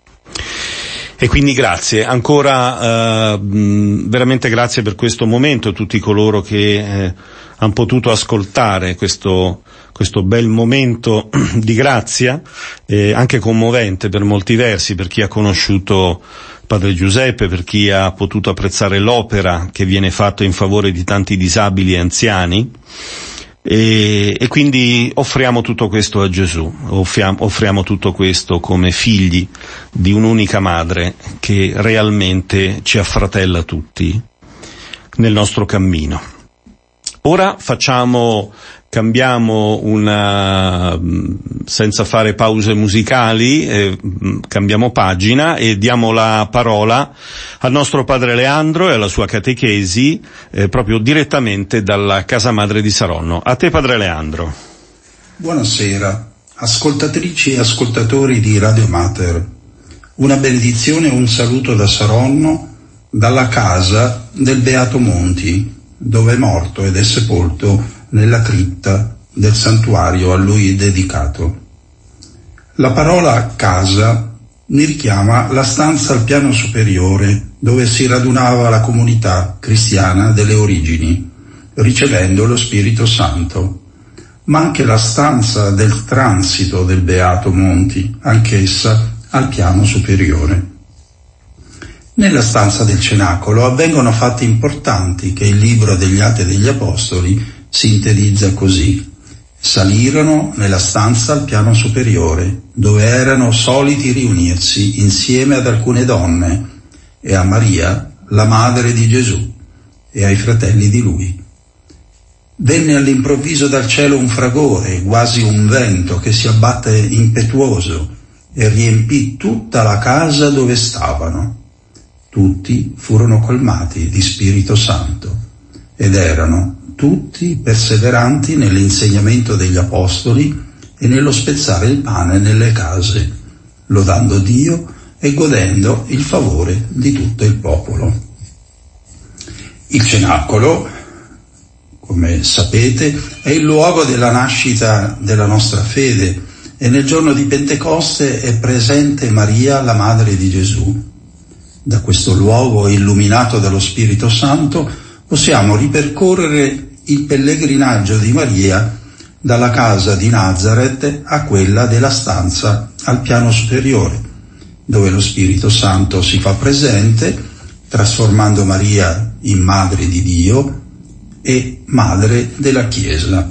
E quindi grazie, ancora eh, veramente grazie per questo momento a tutti coloro che eh, hanno potuto ascoltare questo, questo bel momento di grazia, eh, anche commovente per molti versi, per chi ha conosciuto Padre Giuseppe, per chi ha potuto apprezzare l'opera che viene fatta in favore di tanti disabili e anziani. E, e quindi offriamo tutto questo a Gesù, offriamo, offriamo tutto questo come figli di un'unica madre che realmente ci affratella tutti. nel nostro cammino. Ora facciamo, cambiamo una, senza fare pause musicali, eh, cambiamo pagina e diamo la parola al nostro padre Leandro e alla sua catechesi, eh, proprio direttamente dalla casa madre di Saronno. A te, padre Leandro. Buonasera, ascoltatrici e ascoltatori di Radio Mater. Una benedizione e un saluto da Saronno, dalla casa del Beato Monti, dove è morto ed è sepolto nella cripta del santuario a lui dedicato. La parola casa mi richiama la stanza al piano superiore dove si radunava la comunità cristiana delle origini, ricevendo lo Spirito Santo, ma anche la stanza del transito del Beato Monti, anch'essa al piano superiore. Nella stanza del cenacolo avvengono fatti importanti che il libro degli Atti degli Apostoli sintetizza così: salirono nella stanza al piano superiore, dove erano soliti riunirsi insieme ad alcune donne e a Maria, la madre di Gesù, e ai fratelli di lui. Venne all'improvviso dal cielo un fragore, quasi un vento che si abbatte impetuoso e riempì tutta la casa dove stavano. Tutti furono colmati di Spirito Santo ed erano tutti perseveranti nell'insegnamento degli Apostoli e nello spezzare il pane nelle case, lodando Dio e godendo il favore di tutto il popolo. Il cenacolo, come sapete, è il luogo della nascita della nostra fede e nel giorno di Pentecoste è presente Maria, la madre di Gesù. Da questo luogo illuminato dallo Spirito Santo possiamo ripercorrere il pellegrinaggio di Maria dalla casa di Nazareth a quella della stanza al piano superiore, dove lo Spirito Santo si fa presente, trasformando Maria in madre di Dio e madre della Chiesa.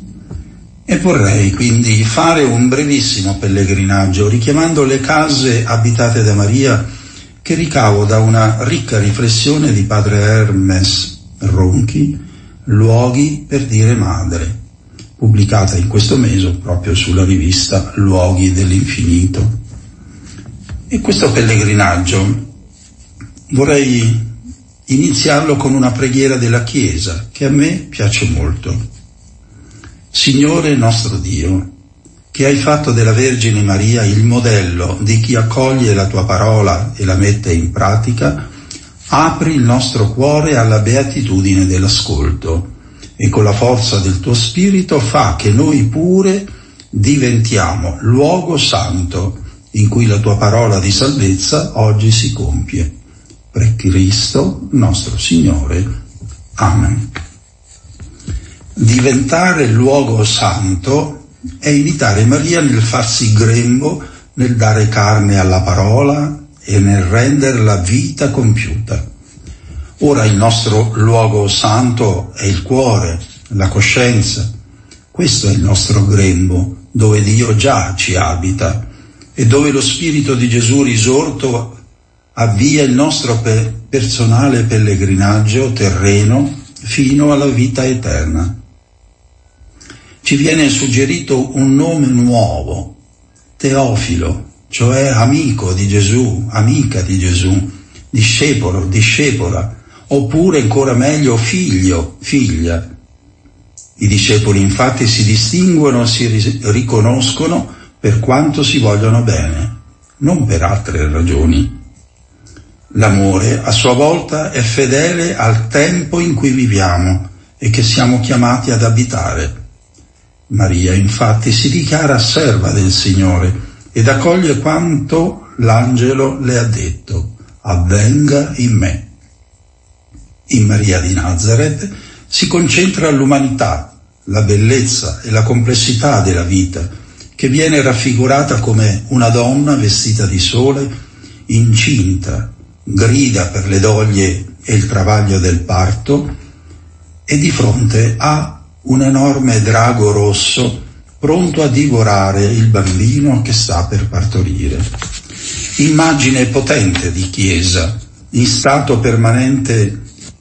E vorrei quindi fare un brevissimo pellegrinaggio richiamando le case abitate da Maria che ricavo da una ricca riflessione di padre Hermes Ronchi, Luoghi per dire madre, pubblicata in questo mese proprio sulla rivista Luoghi dell'Infinito. E questo pellegrinaggio vorrei iniziarlo con una preghiera della Chiesa che a me piace molto. Signore nostro Dio, che hai fatto della Vergine Maria il modello di chi accoglie la tua parola e la mette in pratica, apri il nostro cuore alla beatitudine dell'ascolto e con la forza del tuo Spirito fa che noi pure diventiamo luogo santo in cui la tua parola di salvezza oggi si compie. Per Cristo nostro Signore. Amen. Diventare luogo santo è imitare Maria nel farsi grembo, nel dare carne alla parola e nel renderla vita compiuta. Ora il nostro luogo santo è il cuore, la coscienza. Questo è il nostro grembo, dove Dio già ci abita e dove lo Spirito di Gesù risorto avvia il nostro pe- personale pellegrinaggio terreno fino alla vita eterna. Ci viene suggerito un nome nuovo, Teofilo, cioè amico di Gesù, amica di Gesù, discepolo, discepola, oppure ancora meglio figlio, figlia. I discepoli infatti si distinguono, si ri- riconoscono per quanto si vogliono bene, non per altre ragioni. L'amore, a sua volta, è fedele al tempo in cui viviamo e che siamo chiamati ad abitare. Maria, infatti, si dichiara serva del Signore ed accoglie quanto l'angelo le ha detto: avvenga in me. In Maria di Nazareth si concentra l'umanità, la bellezza e la complessità della vita, che viene raffigurata come una donna vestita di sole, incinta, grida per le doglie e il travaglio del parto, e di fronte ha un enorme drago rosso pronto a divorare il bambino che sta per partorire. Immagine potente di Chiesa, in stato permanente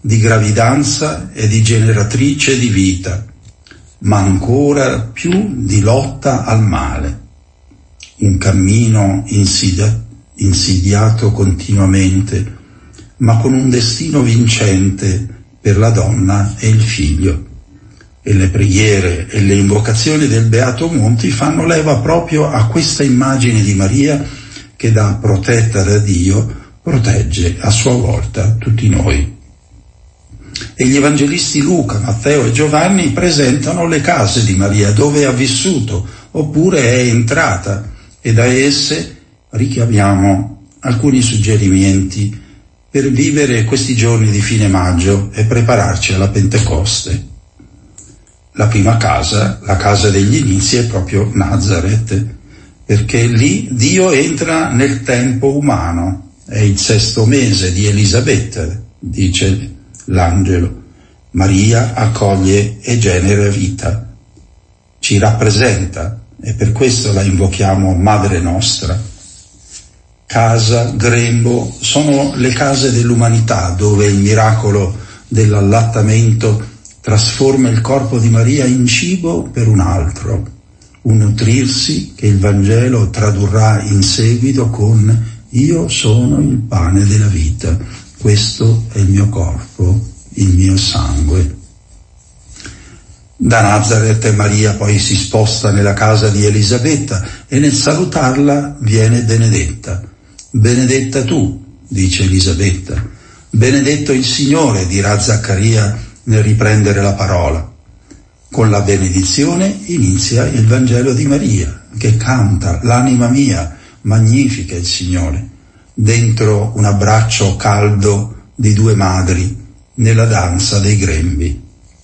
di gravidanza e di generatrice di vita, ma ancora più di lotta al male. Un cammino insidia- insidiato continuamente, ma con un destino vincente per la donna e il figlio. E le preghiere e le invocazioni del Beato Monti fanno leva proprio a questa immagine di Maria che, da protetta da Dio, protegge a sua volta tutti noi. E gli evangelisti Luca, Matteo e Giovanni presentano le case di Maria dove ha vissuto oppure è entrata, e da esse richiamiamo alcuni suggerimenti per vivere questi giorni di fine maggio e prepararci alla Pentecoste. La prima casa, la casa degli inizi, è proprio Nazareth, perché lì Dio entra nel tempo umano. È il sesto mese di Elisabetta, dice l'angelo. Maria accoglie e genera vita, ci rappresenta, e per questo la invochiamo Madre nostra. Casa, grembo, sono le case dell'umanità dove il miracolo dell'allattamento trasforma il corpo di Maria in cibo per un altro, un nutrirsi che il Vangelo tradurrà in seguito con «Io sono il pane della vita, questo è il mio corpo, il mio sangue». Da Nazareth Maria poi si sposta nella casa di Elisabetta e nel salutarla viene benedetta. «Benedetta tu», dice Elisabetta. «Benedetto il Signore», dirà Zaccaria nel riprendere la parola. Con la benedizione inizia il Vangelo di Maria, che canta «L'anima mia magnifica il Signore», dentro un abbraccio caldo di due madri nella danza dei grembi.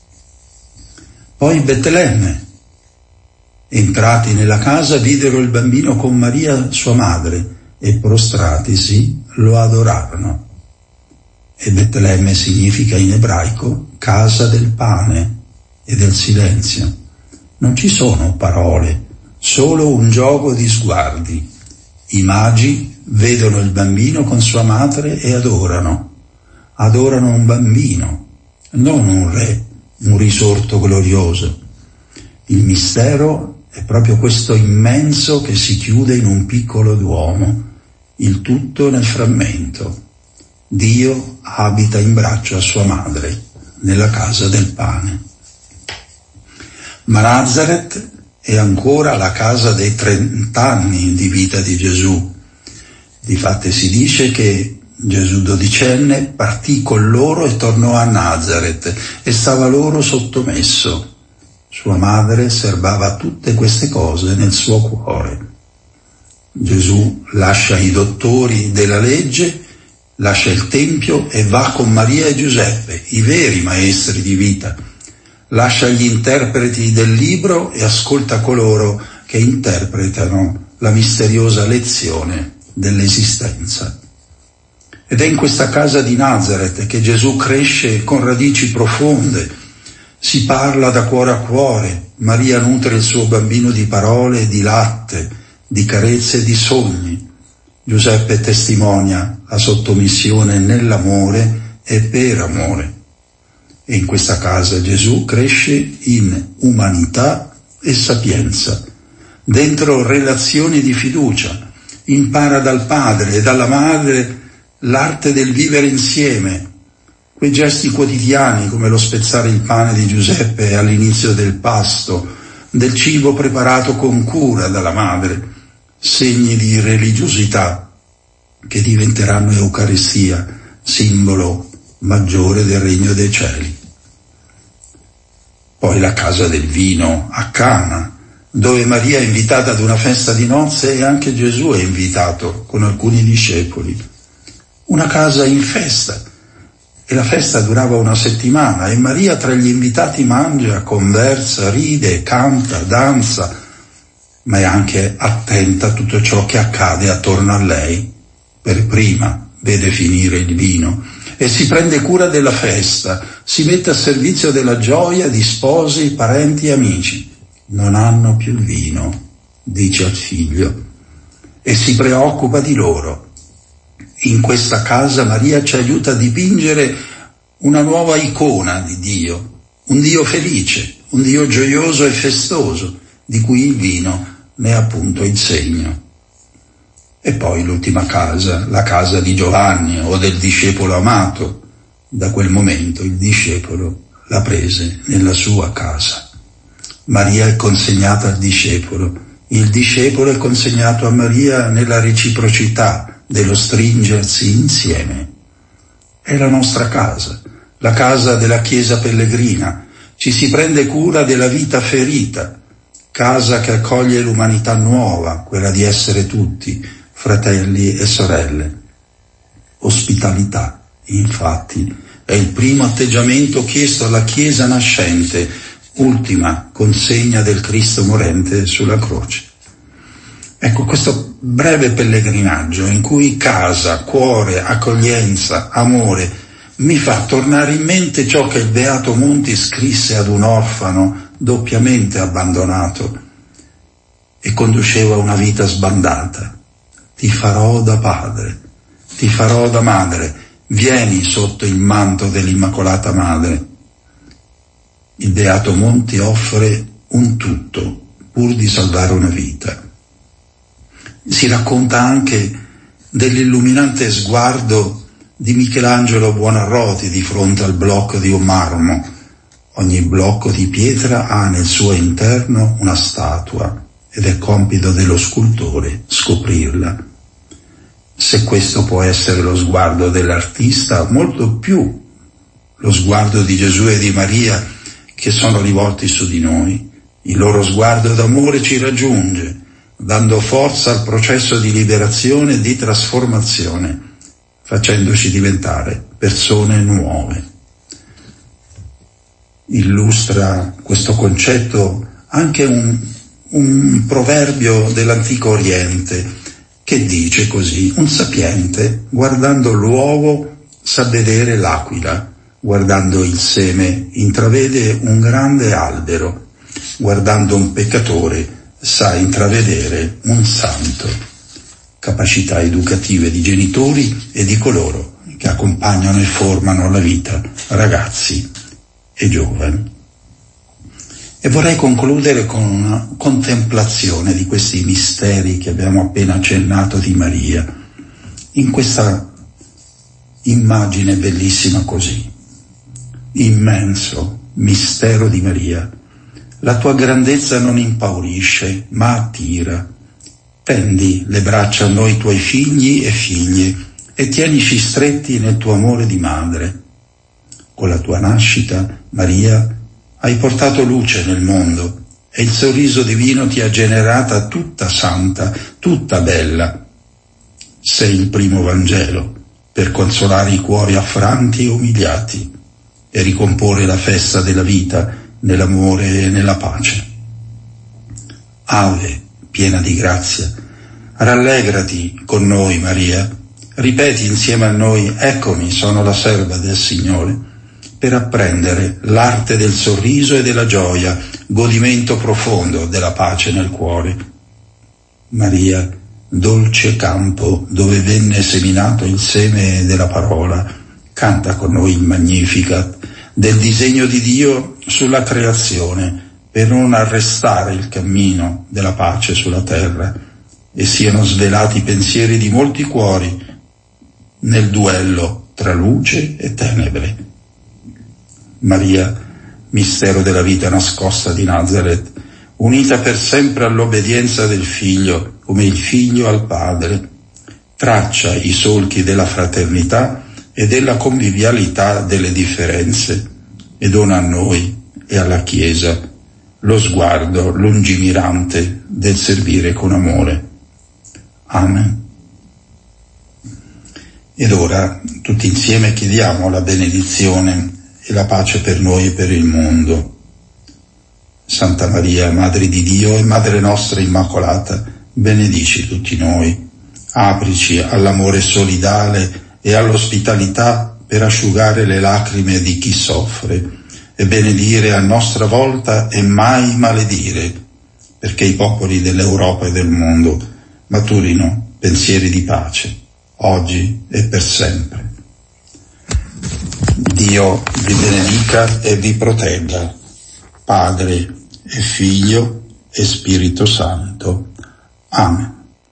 Poi Betlemme. Entrati nella casa videro il bambino con Maria sua madre e prostratisi lo adorarono. E Betlemme significa in ebraico casa del pane e del silenzio. Non ci sono parole, solo un gioco di sguardi. I magi vedono il bambino con sua madre e adorano. Adorano un bambino, non un re, un risorto glorioso. Il mistero è proprio questo immenso che si chiude in un piccolo duomo, il tutto nel frammento. Dio abita in braccio a sua madre, nella casa del pane. Ma Nazareth è ancora la casa dei trent'anni di vita di Gesù. Difatti si dice che Gesù dodicenne partì con loro e tornò a Nazareth e stava loro sottomesso. Sua madre serbava tutte queste cose nel suo cuore. Gesù lascia i dottori della legge, lascia il tempio e va con Maria e Giuseppe, i veri maestri di vita. Lascia gli interpreti del libro e ascolta coloro che interpretano la misteriosa lezione dell'esistenza. Ed è in questa casa di Nazareth che Gesù cresce con radici profonde, si parla da cuore a cuore, Maria nutre il suo bambino di parole e di latte, di carezze e di sogni. Giuseppe testimonia la sottomissione nell'amore e per amore. E in questa casa Gesù cresce in umanità e sapienza, dentro relazioni di fiducia, impara dal padre e dalla madre l'arte del vivere insieme, quei gesti quotidiani come lo spezzare il pane di Giuseppe all'inizio del pasto, del cibo preparato con cura dalla madre, segni di religiosità che diventeranno Eucaristia, simbolo maggiore del regno dei cieli. Poi la casa del vino a Cana, dove Maria è invitata ad una festa di nozze e anche Gesù è invitato con alcuni discepoli. Una casa in festa, e la festa durava una settimana e Maria tra gli invitati mangia, conversa, ride, canta, danza, ma è anche attenta a tutto ciò che accade attorno a lei. Per prima vede finire il vino e si prende cura della festa, si mette a servizio della gioia di sposi, parenti e amici. Non hanno più il vino, dice al figlio, e si preoccupa di loro. In questa casa Maria ci aiuta a dipingere una nuova icona di Dio, un Dio felice, un Dio gioioso e festoso, di cui il vino ne è appunto il segno. E poi l'ultima casa, la casa di Giovanni o del discepolo amato. Da quel momento il discepolo la prese nella sua casa. Maria è consegnata al discepolo, il discepolo è consegnato a Maria nella reciprocità dello stringersi insieme. È la nostra casa, la casa della Chiesa pellegrina, ci si prende cura della vita ferita, casa che accoglie l'umanità nuova, quella di essere tutti fratelli e sorelle. Ospitalità, infatti, è il primo atteggiamento chiesto alla Chiesa nascente, ultima consegna del Cristo morente sulla croce. Ecco, questo breve pellegrinaggio in cui casa, cuore, accoglienza, amore, mi fa tornare in mente ciò che il Beato Monti scrisse ad un orfano doppiamente abbandonato e conduceva una vita sbandata. Ti farò da padre, ti farò da madre, vieni sotto il manto dell'Immacolata Madre. Il Beato Monti offre un tutto pur di salvare una vita. Si racconta anche dell'illuminante sguardo di Michelangelo Buonarroti di fronte al blocco di un marmo. Ogni blocco di pietra ha nel suo interno una statua ed è compito dello scultore scoprirla. Se questo può essere lo sguardo dell'artista, molto più lo sguardo di Gesù e di Maria che sono rivolti su di noi. Il loro sguardo d'amore ci raggiunge, dando forza al processo di liberazione e di trasformazione, facendoci diventare persone nuove. Illustra questo concetto anche un, un proverbio dell'antico Oriente che dice così: un sapiente, guardando l'uovo, sa vedere l'aquila, guardando il seme, intravede un grande albero, guardando un peccatore, sa intravedere un santo. Capacità educative di genitori e di coloro che accompagnano e formano la vita, ragazzi e giovani. E vorrei concludere con una contemplazione di questi misteri che abbiamo appena accennato di Maria, in questa immagine bellissima così: immenso mistero di Maria. La tua grandezza non impaurisce, ma attira. Tendi le braccia a noi tuoi figli e figlie e tienici stretti nel tuo amore di madre. Con la tua nascita, Maria, hai portato luce nel mondo e il sorriso divino ti ha generata tutta santa, tutta bella. Sei il primo Vangelo per consolare i cuori affranti e umiliati e ricomporre la festa della vita nell'amore e nella pace. Ave, piena di grazia, rallegrati con noi, Maria. Ripeti insieme a noi: eccomi, sono la serva del Signore, per apprendere l'arte del sorriso e della gioia, godimento profondo della pace nel cuore. Maria, dolce campo dove venne seminato il seme della parola, canta con noi il Magnificat del disegno di Dio sulla creazione, per non arrestare il cammino della pace sulla terra e siano svelati i pensieri di molti cuori nel duello tra luce e tenebre. Maria, mistero della vita nascosta di Nazareth, unita per sempre all'obbedienza del Figlio, come il Figlio al Padre, traccia i solchi della fraternità e della convivialità delle differenze e dona a noi e alla Chiesa lo sguardo lungimirante del servire con amore. Amen. Ed ora tutti insieme chiediamo la benedizione e la pace per noi e per il mondo. Santa Maria, Madre di Dio e Madre nostra Immacolata, benedici tutti noi, aprici all'amore solidale e all'ospitalità per asciugare le lacrime di chi soffre e benedire a nostra volta e mai maledire, perché i popoli dell'Europa e del mondo maturino pensieri di pace, oggi e per sempre. Dio Dio vi benedica e vi protegga, Padre e Figlio e Spirito Santo. Amen.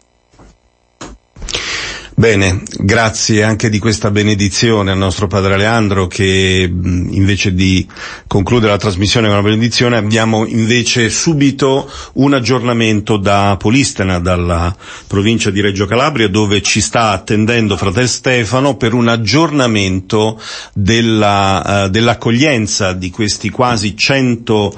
Bene, grazie anche di questa benedizione al nostro padre Leandro, che invece di concludere la trasmissione con una benedizione abbiamo invece subito un aggiornamento da Polistena, dalla provincia di Reggio Calabria, dove ci sta attendendo fratel Stefano per un aggiornamento della, uh, dell'accoglienza di questi quasi cento,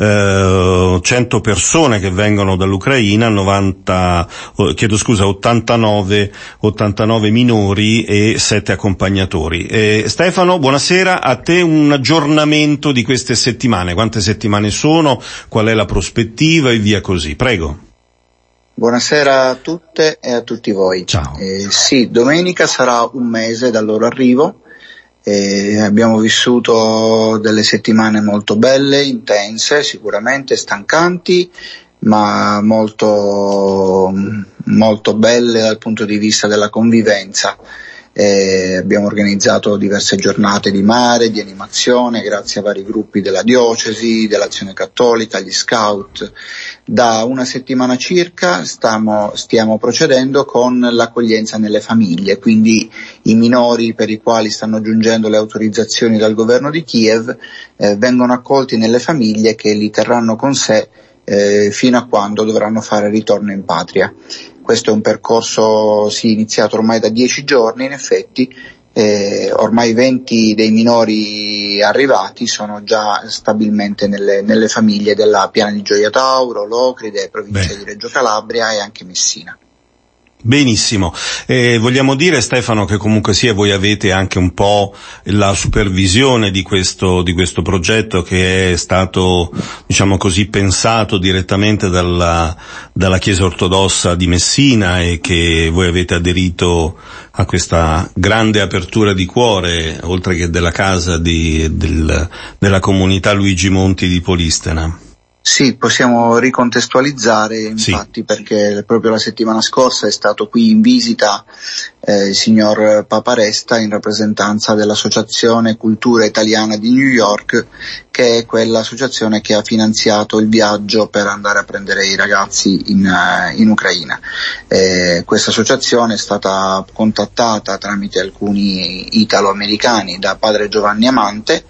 uh, cento persone che vengono dall'Ucraina, novanta, oh, chiedo scusa, ottantanove, ottantanove minori e sette accompagnatori. Eh, Stefano, buonasera, a te un aggiornamento di queste settimane, quante settimane sono, qual è la prospettiva e via così, prego. Buonasera a tutte e a tutti voi. Ciao. Eh, sì, domenica sarà un mese dal loro arrivo, eh, abbiamo vissuto delle settimane molto belle, intense, sicuramente stancanti, ma molto molto belle dal punto di vista della convivenza. Eh, abbiamo organizzato diverse giornate di mare, di animazione, grazie a vari gruppi della diocesi, dell'Azione Cattolica, gli scout. Da una settimana circa stiamo, stiamo procedendo con l'accoglienza nelle famiglie, quindi i minori per i quali stanno giungendo le autorizzazioni dal governo di Kiev eh, vengono accolti nelle famiglie che li terranno con sé Eh, fino a quando dovranno fare ritorno in patria. Questo è un percorso sì, iniziato ormai da dieci giorni, in effetti, eh, ormai venti dei minori arrivati sono già stabilmente nelle, nelle famiglie della Piana di Gioia Tauro, Locride, provincia Beh. di Reggio Calabria e anche Messina. Benissimo, eh, vogliamo dire Stefano che comunque sia voi avete anche un po' la supervisione di questo di questo progetto che è stato, diciamo così, pensato direttamente dalla dalla Chiesa Ortodossa di Messina e che voi avete aderito a questa grande apertura di cuore, oltre che della casa di del, della comunità Luigi Monti di Polistena. Sì, possiamo ricontestualizzare infatti sì. Perché proprio la settimana scorsa è stato qui in visita eh, il signor Paparesta in rappresentanza dell'Associazione Cultura Italiana di New York, che è quell'associazione che ha finanziato il viaggio per andare a prendere i ragazzi in, uh, in Ucraina. Eh, questa associazione è stata contattata tramite alcuni italo-americani da padre Giovanni Amante,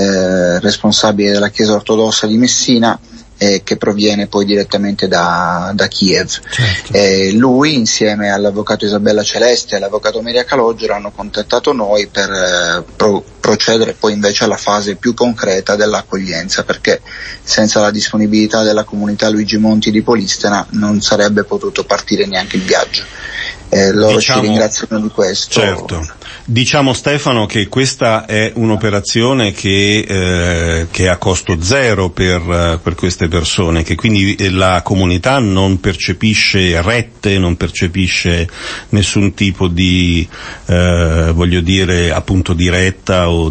eh, responsabile della Chiesa Ortodossa di Messina, Eh, che proviene poi direttamente da, da Kiev. Certo. Eh, lui insieme all'avvocato Isabella Celeste e all'avvocato Maria Calogero hanno contattato noi per eh, pro- procedere poi invece alla fase più concreta dell'accoglienza, perché senza la disponibilità della comunità Luigi Monti di Polistena non sarebbe potuto partire neanche il viaggio. Eh, loro diciamo, ci ringraziano di questo. Certo. Diciamo Stefano che questa è un'operazione che, eh, che è a costo zero per, per queste persone, che quindi la comunità non percepisce rette, non percepisce nessun tipo di, eh, voglio dire, appunto di retta o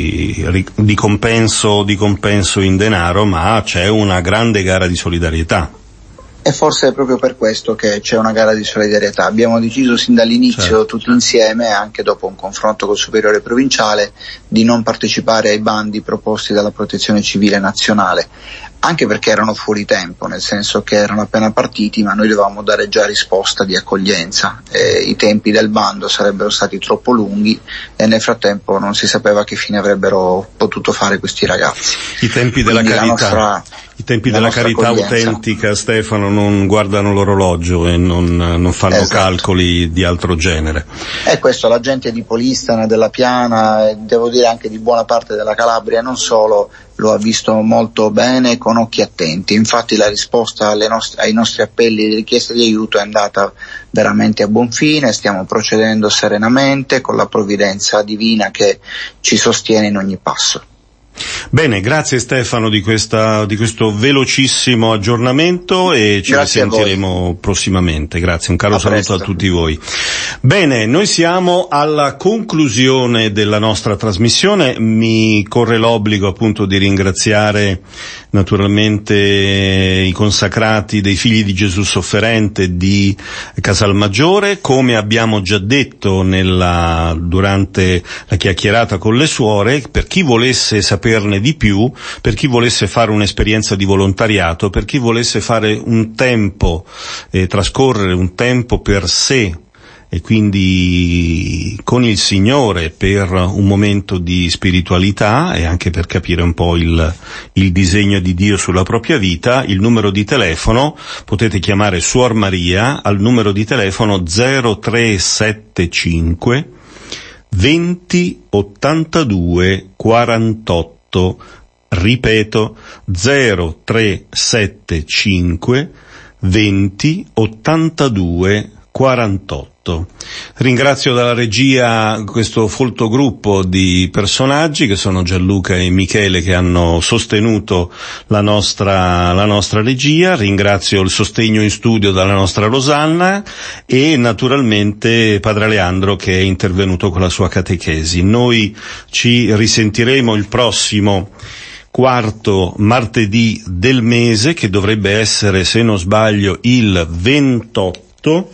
di, di compenso, di compenso in denaro, ma c'è una grande gara di solidarietà. E forse è proprio per questo che c'è una gara di solidarietà. Abbiamo deciso sin dall'inizio, certo, tutti insieme, anche dopo un confronto col superiore provinciale, di non partecipare ai bandi proposti dalla Protezione Civile Nazionale, anche perché erano fuori tempo, nel senso che erano appena partiti, ma noi dovevamo dare già risposta di accoglienza. E i tempi del bando sarebbero stati troppo lunghi e nel frattempo non si sapeva che fine avrebbero potuto fare questi ragazzi. I tempi della Quindi carità. La nostra, I tempi della carità autentica, Stefano, non guardano l'orologio e non, non fanno esatto. calcoli di altro genere. E questo la gente di Polistena, della Piana, e devo dire anche di buona parte della Calabria, non solo, lo ha visto molto bene, con occhi attenti. Infatti la risposta alle nostre, ai nostri appelli di richiesta di aiuto è andata veramente a buon fine, stiamo procedendo serenamente con la provvidenza divina che ci sostiene in ogni passo. Bene, grazie Stefano di questa, di questo velocissimo aggiornamento e ci Grazie risentiremo prossimamente. Grazie, un caro A saluto presto. a tutti voi. Bene, noi siamo alla conclusione della nostra trasmissione. Mi corre l'obbligo appunto di ringraziare naturalmente i consacrati dei Figli di Gesù Sofferente di Casalmaggiore. Come abbiamo già detto nella, durante la chiacchierata con le suore, per chi volesse saperne di più, per chi volesse fare un'esperienza di volontariato, per chi volesse fare un tempo, eh, trascorrere un tempo per sé, e quindi con il Signore per un momento di spiritualità e anche per capire un po' il, il disegno di Dio sulla propria vita, il numero di telefono, potete chiamare Suor Maria al numero di telefono zero tre sette cinque venti ottantadue quarantotto, ripeto zero tre sette cinque venti ottantadue quarantotto. Ringrazio dalla regia questo folto gruppo di personaggi che sono Gianluca e Michele che hanno sostenuto la nostra, la nostra regia. Ringrazio il sostegno in studio dalla nostra Rosanna e naturalmente Padre Leandro che è intervenuto con la sua catechesi. Noi ci risentiremo il prossimo quarto martedì del mese, che dovrebbe essere, se non sbaglio, il ventotto,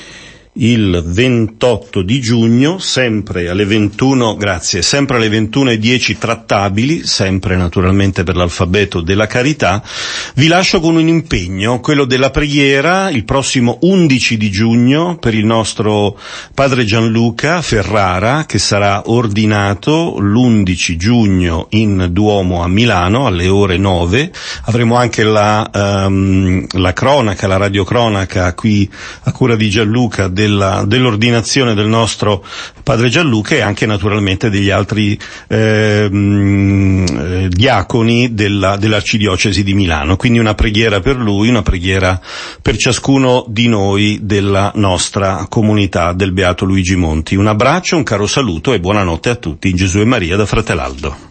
il ventotto di giugno, sempre alle ventuno, grazie, sempre alle ventuno e dieci trattabili, sempre naturalmente per l'alfabeto della carità. Vi lascio con un impegno, quello della preghiera, il prossimo undici di giugno per il nostro padre Gianluca Ferrara, che sarà ordinato l'undici giugno in Duomo a Milano alle ore nove. Avremo anche la, um, la cronaca, la radiocronaca qui a cura di Gianluca della, dell'ordinazione del nostro padre Gianluca e anche naturalmente degli altri eh, mh, diaconi della, dell'arcidiocesi di Milano. Quindi una preghiera per lui, una preghiera per ciascuno di noi della nostra comunità del Beato Luigi Monti. Un abbraccio, un caro saluto e buonanotte a tutti in Gesù e Maria da Fratelaldo.